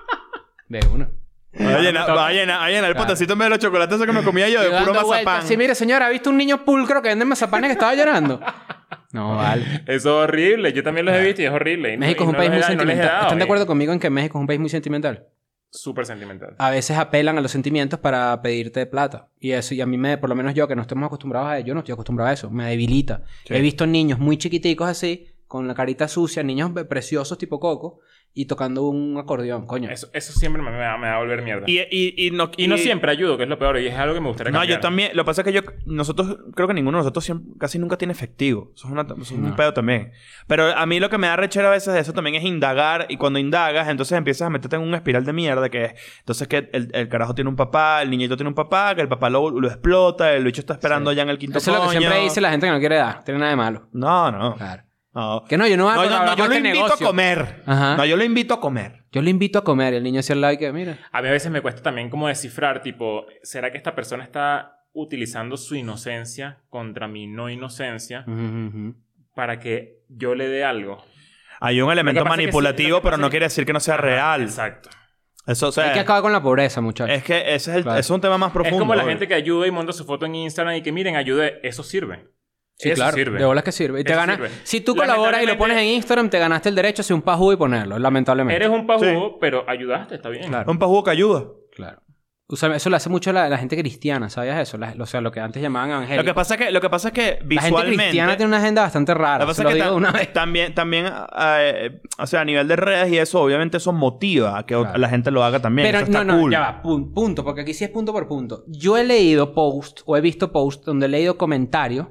De uno. Va a llenar el potecito en vez de los chocolates esos que me comía yo de puro mazapán. Sí, mire, señora, ¿ha visto un niño pulcro que vende mazapanes que estaba llorando? No, vale. Eso es horrible. Yo también los he visto y es horrible. Y no- México y es un no país les muy he- no les he sentimental. dado, ¿Están de y- acuerdo conmigo en que México es un país muy sentimental? Súper sentimental. A veces apelan a los sentimientos para pedirte plata. Y eso, y a mí por lo menos yo, que no estamos acostumbrados a ello, yo no estoy acostumbrado a eso. Me debilita. Sí. He visto niños muy chiquiticos así, con la carita sucia, niños preciosos tipo Coco, y tocando un acordeón, coño. Eso siempre me va a volver mierda. Y no siempre ayudo, que es lo peor. Y es algo que me gustaría No, cambiar. yo también. Lo que pasa es que nosotros, creo que ninguno de nosotros casi nunca tiene efectivo. Eso es un pedo también. Pero a mí lo que me da rechera a veces de eso también es indagar. Y cuando indagas, entonces empiezas a meterte en una espiral de mierda que es... Entonces que el carajo tiene un papá, el niñito tiene un papá, que el papá lo explota, el bicho está esperando ya en el quinto Eso es lo que coño. siempre dice la gente que no quiere dar. No tiene nada de malo. No. Claro. No. Que no, yo no voy a colaborar yo con lo este invito negocio. a comer. Ajá. No, yo lo invito a comer. Yo le invito a comer y el niño hacia el lado y que, mira. A mí a veces me cuesta también como descifrar, tipo, ¿será que esta persona está utilizando su inocencia contra mi no inocencia para que yo le dé algo? Hay un elemento pasa es que manipulativo, sí, lo que pero pasa no es- quiere decir que no sea real. Exacto. Eso, o sea, Hay que acabar con la pobreza, muchachos. es que ese es, Claro. es un tema más profundo. Es como la obvio. gente que ayuda y monta su foto en Instagram y que miren, ayude. Eso sirve. Sí, Eso claro. sirve. De bolas que sirve. Y te Eso ganas... sirve. Si tú colaboras y lo pones en Instagram, te ganaste el derecho a ser un pajú y ponerlo, lamentablemente. Eres un pajú, Sí. pero ayudaste, está bien. Claro. Un pajugo que ayuda. Claro. O sea, eso lo hace mucho la gente cristiana, ¿sabías eso? O sea, lo que antes llamaban evangélicos. Lo que pasa es que La gente visualmente... cristiana tiene una agenda bastante Lo rara. que pasa Se lo es que digo de una vez. también o sea, a nivel de redes y eso, obviamente eso motiva a que Claro. la gente lo haga también. Pero eso está no, cool. ya va. Punto. Porque aquí sí es punto por punto. Yo he leído posts o he visto posts donde he leído comentarios.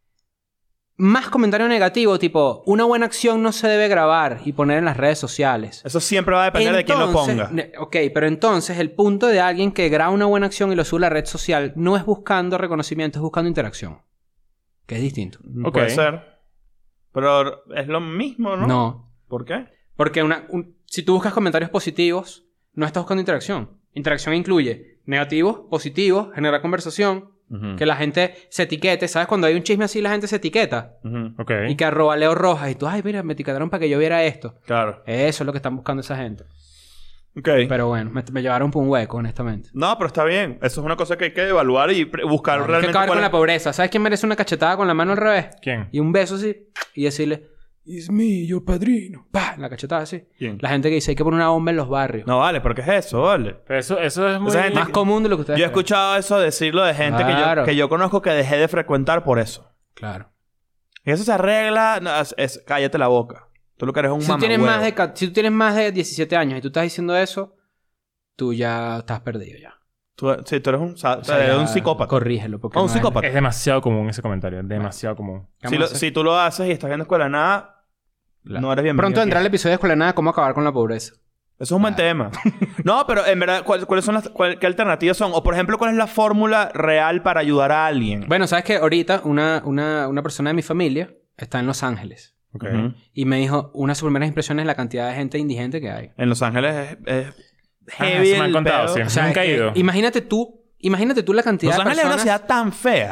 Más comentario negativo, tipo, una buena acción no se debe grabar y poner en las redes sociales. Eso siempre va a depender de quién lo ponga. Ok, pero entonces el punto de alguien que graba una buena acción y lo sube a la red social no es buscando reconocimiento, es buscando interacción. Que es distinto. Ok. Puede ser. Pero es lo mismo, ¿no? No. ¿Por qué? Porque si tú buscas comentarios positivos, no estás buscando interacción. Interacción incluye negativos, positivos, generar conversación, que la gente se etiquete. ¿Sabes? Cuando hay un chisme así, la gente se etiqueta. Ok. Y que arroba Leo Rojas. Y tú, ay, mira, me etiquetaron para que yo viera esto. Claro. Eso es lo que están buscando esa gente. Ok. Pero bueno, me llevaron por un hueco, honestamente. No, pero está bien. Eso es una cosa que hay que evaluar y buscar Hay que realmente acabar cuál con la es- pobreza. ¿Sabes quién merece una cachetada con la mano al revés? ¿Quién? Y un beso así. Y decirle, it's me, your padrino. ¡Pah! La cachetada así. ¿Quién? La gente que dice, hay que poner una bomba en los barrios. No, vale, porque es eso, vale. Pero eso es muy... Esa gente- Más común de lo que ustedes Yo he creen. escuchado eso decirlo de gente Claro. que yo conozco que dejé de frecuentar por eso. Claro. Y eso se arregla... no, cállate la boca. Tú lo que eres un Si tú, tienes mamahuevo. si tú tienes más de 17 años y tú estás diciendo eso, tú ya estás perdido ya. Tú eres un, O sea, eres ya un psicópata. Corrígelo. Porque O un no es- psicópata. Es demasiado común ese comentario. Demasiado común. ¿Qué Si, vamos a hacer? si tú lo haces y estás viendo Escuela de Nada, Claro. no eres bienvenido. Pronto aquí. vendrá el episodio de Escuela de Nada, cómo acabar con la pobreza. Eso es un buen tema. No, pero en verdad, ¿cuáles son qué alternativas son? O, por ejemplo, ¿cuál es la fórmula real para ayudar a alguien? Bueno, sabes que ahorita una persona de mi familia está en Los Ángeles. Ok. Ujú. Y me dijo unas primeras impresiones de la cantidad de gente indigente que hay. En Los Ángeles es Ah, heavy eso me han el contado, pedo. sí. O sea, Nunca he es que ido. imagínate tú la cantidad Los de Ángeles es una personas... ciudad tan fea.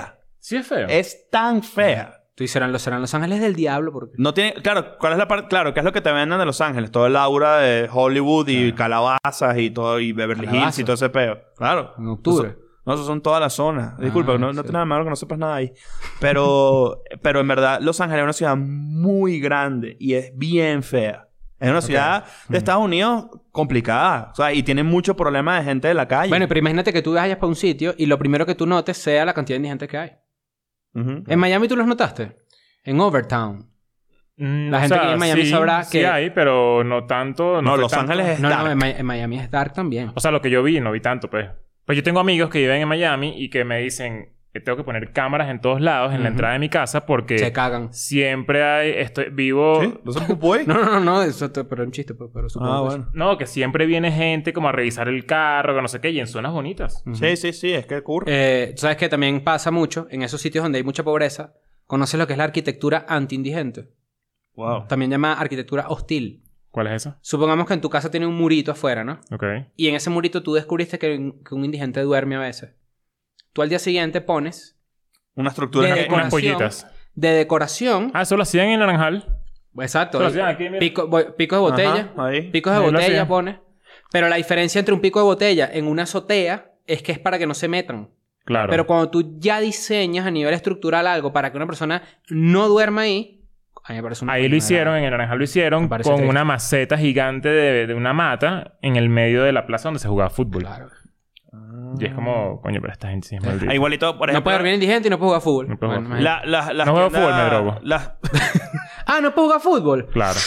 Sí es feo. Es tan fea. Tú dices, serán Los Ángeles del Diablo porque... No tiene... Claro, ¿cuál es la parte? Claro, ¿qué es lo que te venden de Los Ángeles? Todo el aura de Hollywood y calabazas y todo... Y Beverly Hills y todo ese peo. Claro. En octubre. Eso son todas las zonas. Disculpa, no sí. tiene nada de malo que no sepas nada ahí. Pero en verdad, Los Ángeles es una ciudad muy grande y es bien fea. Es una ciudad de Estados Unidos complicada. O sea, y tiene muchos problemas de gente de la calle. Bueno, pero imagínate que tú vayas para un sitio y lo primero que tú notes sea la cantidad de indigentes que hay. Ujú. ¿En Miami tú los notaste? En Overtown. La O gente sea, que vive en Miami sí, sabrá sí que... hay, pero no tanto. No, fue Los tanto. Ángeles es No, dark. en Miami es dark también. O sea, lo que yo vi, no vi tanto, pues. Pues yo tengo amigos que viven en Miami y que me dicen que tengo que poner cámaras en todos lados en la entrada de mi casa porque Se cagan. siempre hay... vivo... ¿Sí? ¿No se ocupó ahí? No, eso pero es un chiste, pero supongo Ah, que bueno. No, que siempre viene gente como a revisar el carro, que no sé qué, y en zonas bonitas. Sí, es que ocurre. Tú sabes que también pasa mucho en esos sitios donde hay mucha pobreza. ¿Conoces lo que es la arquitectura anti-indigente? Wow. También llama arquitectura hostil. ¿Cuál es esa? Supongamos que en tu casa tiene un murito afuera, ¿no? Ok. Y en ese murito tú descubriste que un indigente duerme a veces. Tú al día siguiente pones Una estructura... de que- Unas decoración, pollitas. de decoración. Ah, eso lo hacían en Naranjal. Exacto. Eso lo hacían aquí, mira. Picos de botella. Ajá, ahí. Picos de Ahí lo botella hacían. pone. Pero la diferencia entre un pico de botella en una azotea es que es para que no se metan. Claro. Pero cuando tú ya diseñas a nivel estructural algo para que una persona no duerma ahí, a mí me parece una Ahí lo coñada. hicieron, en el Naranjal lo hicieron Me parece con triste. una maceta gigante de una mata en el medio de la plaza donde se jugaba fútbol. Claro. Y es como, coño, pero esta gente sí es maldita. Ah, igualito, por No ejemplo... puede dormir indigente y no puede jugar fútbol. No puede jugar Bueno, imagínate. Las No juego tiendas- fútbol, me drogo. No puede jugar fútbol. Claro.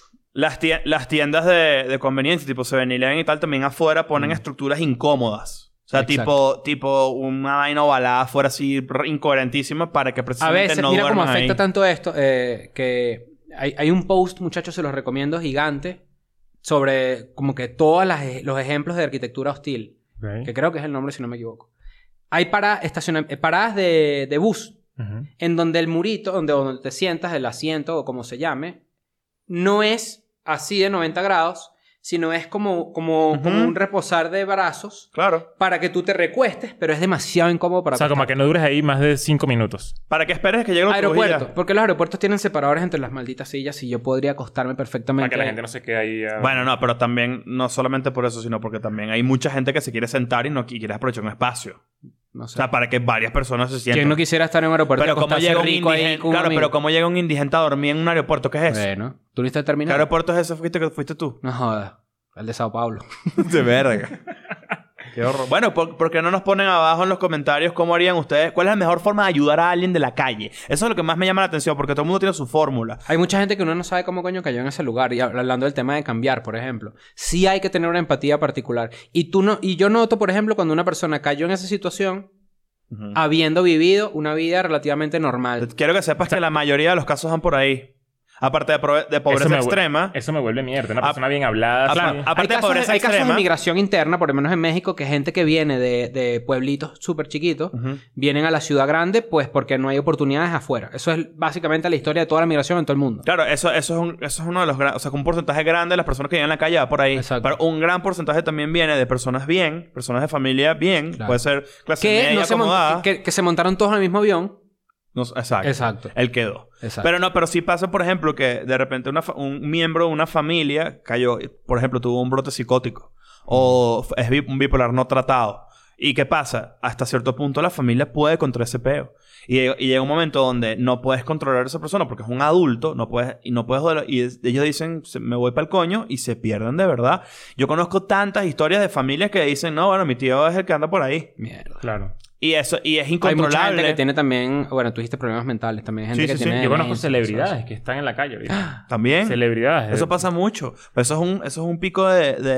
Las tiendas de conveniencia, tipo 7-Eleven y tal, también afuera ponen estructuras incómodas. O sea, Exacto. tipo una vaina ovalada afuera así incoherentísima para que A precisamente veces, no mira cómo duerman afecta ahí. tanto esto, que hay un post, muchachos, se los recomiendo, gigante, sobre como que todos los ejemplos de arquitectura hostil, Ok. que creo que es el nombre si no me equivoco. Hay paradas de bus, Ujú. en donde el murito, donde te sientas, el asiento o como se llame, no es así de 90 grados, sino es como un reposar de brazos Claro. para que tú te recuestes, pero es demasiado incómodo para O sea, como acostarte. que no dures ahí más de 5 minutos. Para que esperes que llegue el autobús y ya. Aeropuerto. Porque los aeropuertos tienen separadores entre las malditas sillas y yo podría acostarme perfectamente. Para que la gente no se quede ahí. Bueno, no, pero también, no solamente por eso, sino porque también hay mucha gente que se quiere sentar y quiere aprovechar un espacio. No O sé. sea, para que varias personas se sienten. ¿Quién no quisiera estar en un aeropuerto y Pero como acostarse llega un rico ahí indigente... con un Claro, amigo? pero como llega un indigente a dormir en un aeropuerto, ¿qué es eso? Bueno, ¿tú no estás ¿Qué terminando? aeropuerto es ese fuiste tú? No jodas. El de Sao Paulo. De verga. Qué horror. Bueno, ¿por qué no nos ponen abajo en los comentarios cómo harían ustedes? ¿Cuál es la mejor forma de ayudar a alguien de la calle? Eso es lo que más me llama la atención, porque todo el mundo tiene su fórmula. Hay mucha gente que uno no sabe cómo coño cayó en ese lugar. Y hablando del tema de cambiar, por ejemplo. Sí hay que tener una empatía particular. Y yo noto, por ejemplo, cuando una persona cayó en esa situación, habiendo vivido una vida relativamente normal. Quiero que sepas que la mayoría de los casos van por ahí. Aparte de pobreza Eso me extrema. Eso me vuelve mierda. Una persona bien hablada. Claro. así. Aparte de pobreza hay casos de extrema. migración interna, por lo menos en México, que gente que viene de pueblitos súper chiquitos, vienen a la ciudad grande, pues porque no hay oportunidades afuera. Eso es básicamente la historia de toda la migración en todo el mundo. Claro, eso es uno de los grandes... O sea, que un porcentaje grande de las personas que viven en la calle va por ahí. Exacto. Pero un gran porcentaje también viene de personas bien, personas de familia bien. Claro. Puede ser clase Que, media no se acomodada. que se montaron todos en el mismo avión. Exacto. Exacto. Él quedó. Exacto. Pero sí pasa, por ejemplo, que de repente un miembro de una familia cayó, por ejemplo, tuvo un brote psicótico. O es un bipolar no tratado. ¿Y qué pasa? Hasta cierto punto la familia puede contra ese peo. Y llega un momento donde no puedes controlar a esa persona porque es un adulto, no puedes joderlo. Y ellos dicen, me voy para el coño y se pierden de verdad. Yo conozco tantas historias de familias que dicen, no, bueno, mi tío es el que anda por ahí. Mierda. Claro. Y es Hay mucha incontrolable. gente que tiene también... Bueno, tú dijiste problemas mentales. También hay gente Sí, que sí, tiene... sí. Yo conozco demencia, celebridades cosas que están en la calle ahorita. También. Celebridades. Eso pasa mucho. Pero eso es un pico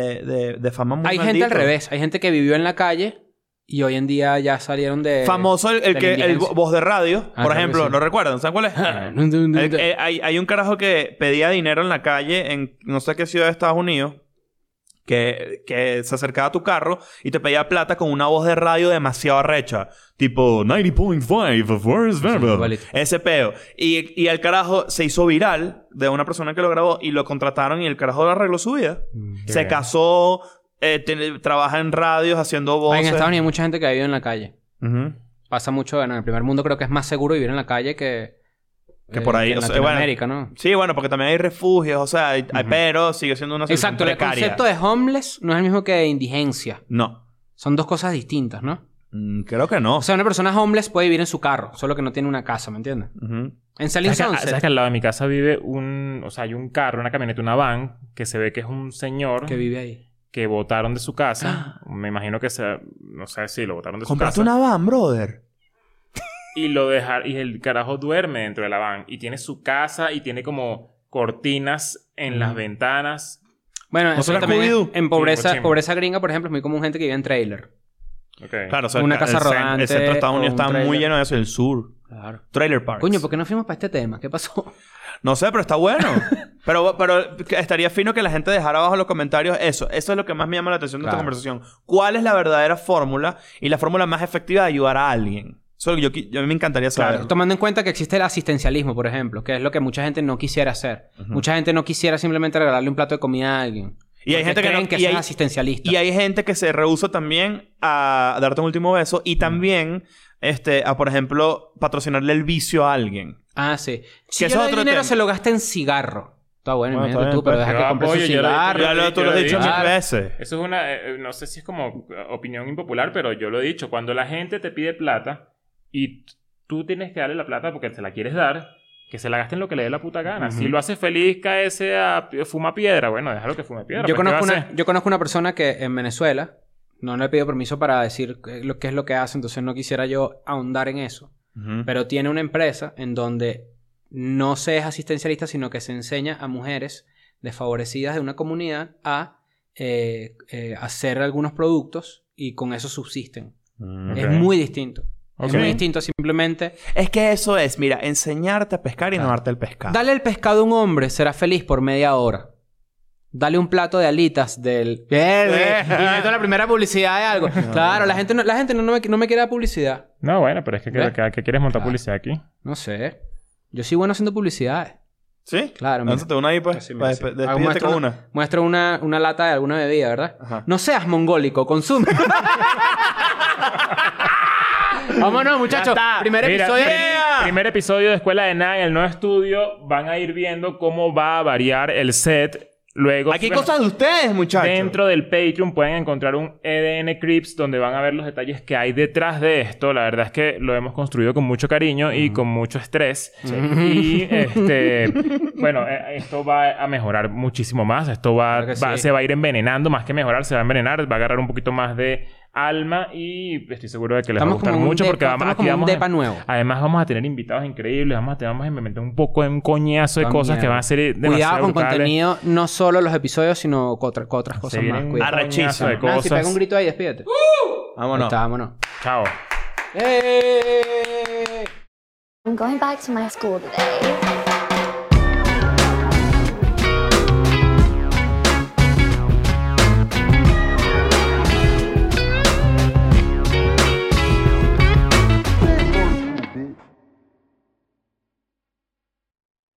de fama muy así. Hay gente al maldito. revés. Hay gente que vivió en la calle y hoy en día ya salieron de... Famoso de la el indigencia. voz de radio, por claro que ejemplo. sí. ¿Lo recuerdan? ¿Saben cuál es? Hay un carajo que pedía dinero en la calle en no sé qué ciudad de Estados Unidos que se acercaba a tu carro y te pedía plata con una voz de radio demasiado arrecha. Tipo 90.5 of Forest Verbal. igualito. Ese peo. Y el carajo se hizo viral de una persona que lo grabó y lo contrataron y el carajo arregló su vida. Qué Se bien. casó, trabaja en radios haciendo voces. En Estados Unidos hay mucha gente que ha vivido en la calle. Ujú. pasa mucho. Bueno, en el primer mundo creo que es más seguro vivir en la calle que por ahí, que en o sea, Latinoamérica, ¿no? Sí, bueno, porque también hay refugios, o sea, pero sigue siendo una situación Exacto, el precaria. concepto de homeless no es el mismo que indigencia. No. Son dos cosas distintas, ¿no? Creo que no. O sea, una persona homeless puede vivir en su carro, solo que no tiene una casa, ¿me entiendes? Ujú. En Selling ¿Sabes Sunset, que al lado de mi casa vive o sea, hay un carro, una camioneta, una van, que se ve que es un señor que vive ahí. que botaron de su casa. Me imagino que sea... No sé si lo botaron de su Compraste casa. una van, brother. Y lo dejaron... Y el carajo duerme dentro de la van. Y tiene su casa y tiene como cortinas en las ventanas. Bueno, ¿No eso será también Scooby-Doo? en pobreza, Sí, pobreza gringa, por ejemplo, es muy común gente que vive en trailer. Ok. Claro, o sea, Una casa rodante el centro de Estados o Unidos un está muy trailer. lleno de eso. El sur. Claro. Trailer parks. Coño, ¿por qué no fuimos para este tema? ¿Qué pasó? No sé, pero está bueno. pero estaría fino que la gente dejara abajo en los comentarios eso. Eso es lo que más me llama la atención de esta Claro. conversación. ¿Cuál es la verdadera fórmula y la fórmula más efectiva de ayudar a alguien? Eso es lo que a mí me encantaría saber. Claro. Tomando en cuenta que existe el asistencialismo, por ejemplo, que es lo que mucha gente no quisiera hacer. Mucha gente no quisiera simplemente regalarle un plato de comida a alguien. Y hay Porque gente que creen no- que y eso es hay- asistencialista. Y hay gente que se rehúsa también a darte un último beso y también, a por ejemplo, patrocinarle el vicio a alguien. Ah, sí. Si Que yo eso le es doy otro dinero, tema. se lo gasta en cigarro. Está bueno, Bueno, imagínate está tú, bien, pero pues. deja que Yo compre su apoyo, yo lo he cigarro. dicho. Tú lo has dicho mil Claro. veces. Eso es una... no sé si es como opinión impopular, pero yo lo he dicho. Cuando la gente te pide plata y tú tienes que darle la plata porque se la quieres dar, que se la gasten lo que le dé la puta gana. Si lo hace feliz, caerse a fuma piedra. Bueno, déjalo que fume piedra. Yo pues, ¿qué va conozco, a hacer? yo conozco una persona que en Venezuela no le he pedido permiso para decir qué es lo que hace, entonces no quisiera yo ahondar en eso. Ujú. Pero tiene una empresa en donde no se es asistencialista, sino que se enseña a mujeres desfavorecidas de una comunidad a hacer algunos productos y con eso subsisten. Ok. Es muy distinto. Es Ok. muy distinto a simplemente... Es que eso es, mira, enseñarte a pescar y no darte el pescado. Dale el pescado a un hombre, será feliz por media hora. Dale un plato de alitas del... Y meto la primera publicidad de algo. Claro, la gente no me quiere dar publicidad. No, bueno, pero es que, ¿Ves? que quieres montar publicidad aquí. No sé. Yo soy bueno haciendo publicidades. ¿Sí? Claro, mira. Lánzate una ahí, pues. Así, mira, sí. Despídete Muestro con una. Muestro una lata de alguna bebida, ¿verdad? Ajá. No seas mongólico, consume. Vámonos, muchachos. Ya está. Primer Mira, episodio. primer episodio de Escuela de Nada en el nuevo estudio. Van a ir viendo cómo va a variar el set. Luego, Aquí hay bueno, cosas de ustedes, muchachos. dentro del Patreon pueden encontrar un EDN Crips donde van a ver los detalles que hay detrás de esto. La verdad es que lo hemos construido con mucho cariño y con mucho estrés. Y bueno, esto va a mejorar muchísimo más. Esto Claro que sí. se va a ir envenenando más que mejorar, se va a envenenar, va a agarrar un poquito más de alma y estoy seguro de que les va a Estamos gustar como un mucho depa, porque estamos aquí como un vamos depa nuevo. además vamos a tener invitados increíbles, vamos a inventar un poco de un coñazo de Ah, cosas que mierda. van a ser demasiado Cuidado con brutales. contenido, no solo los episodios, sino con otras cosas Se más. vienen Cuidado. un coñazo de Arrechísimo. Nancy, pega cosas. un grito ahí, despídete. Ahí Vámonos. está, vámonos. Chao. ¡Eh! I'm going back to my school today.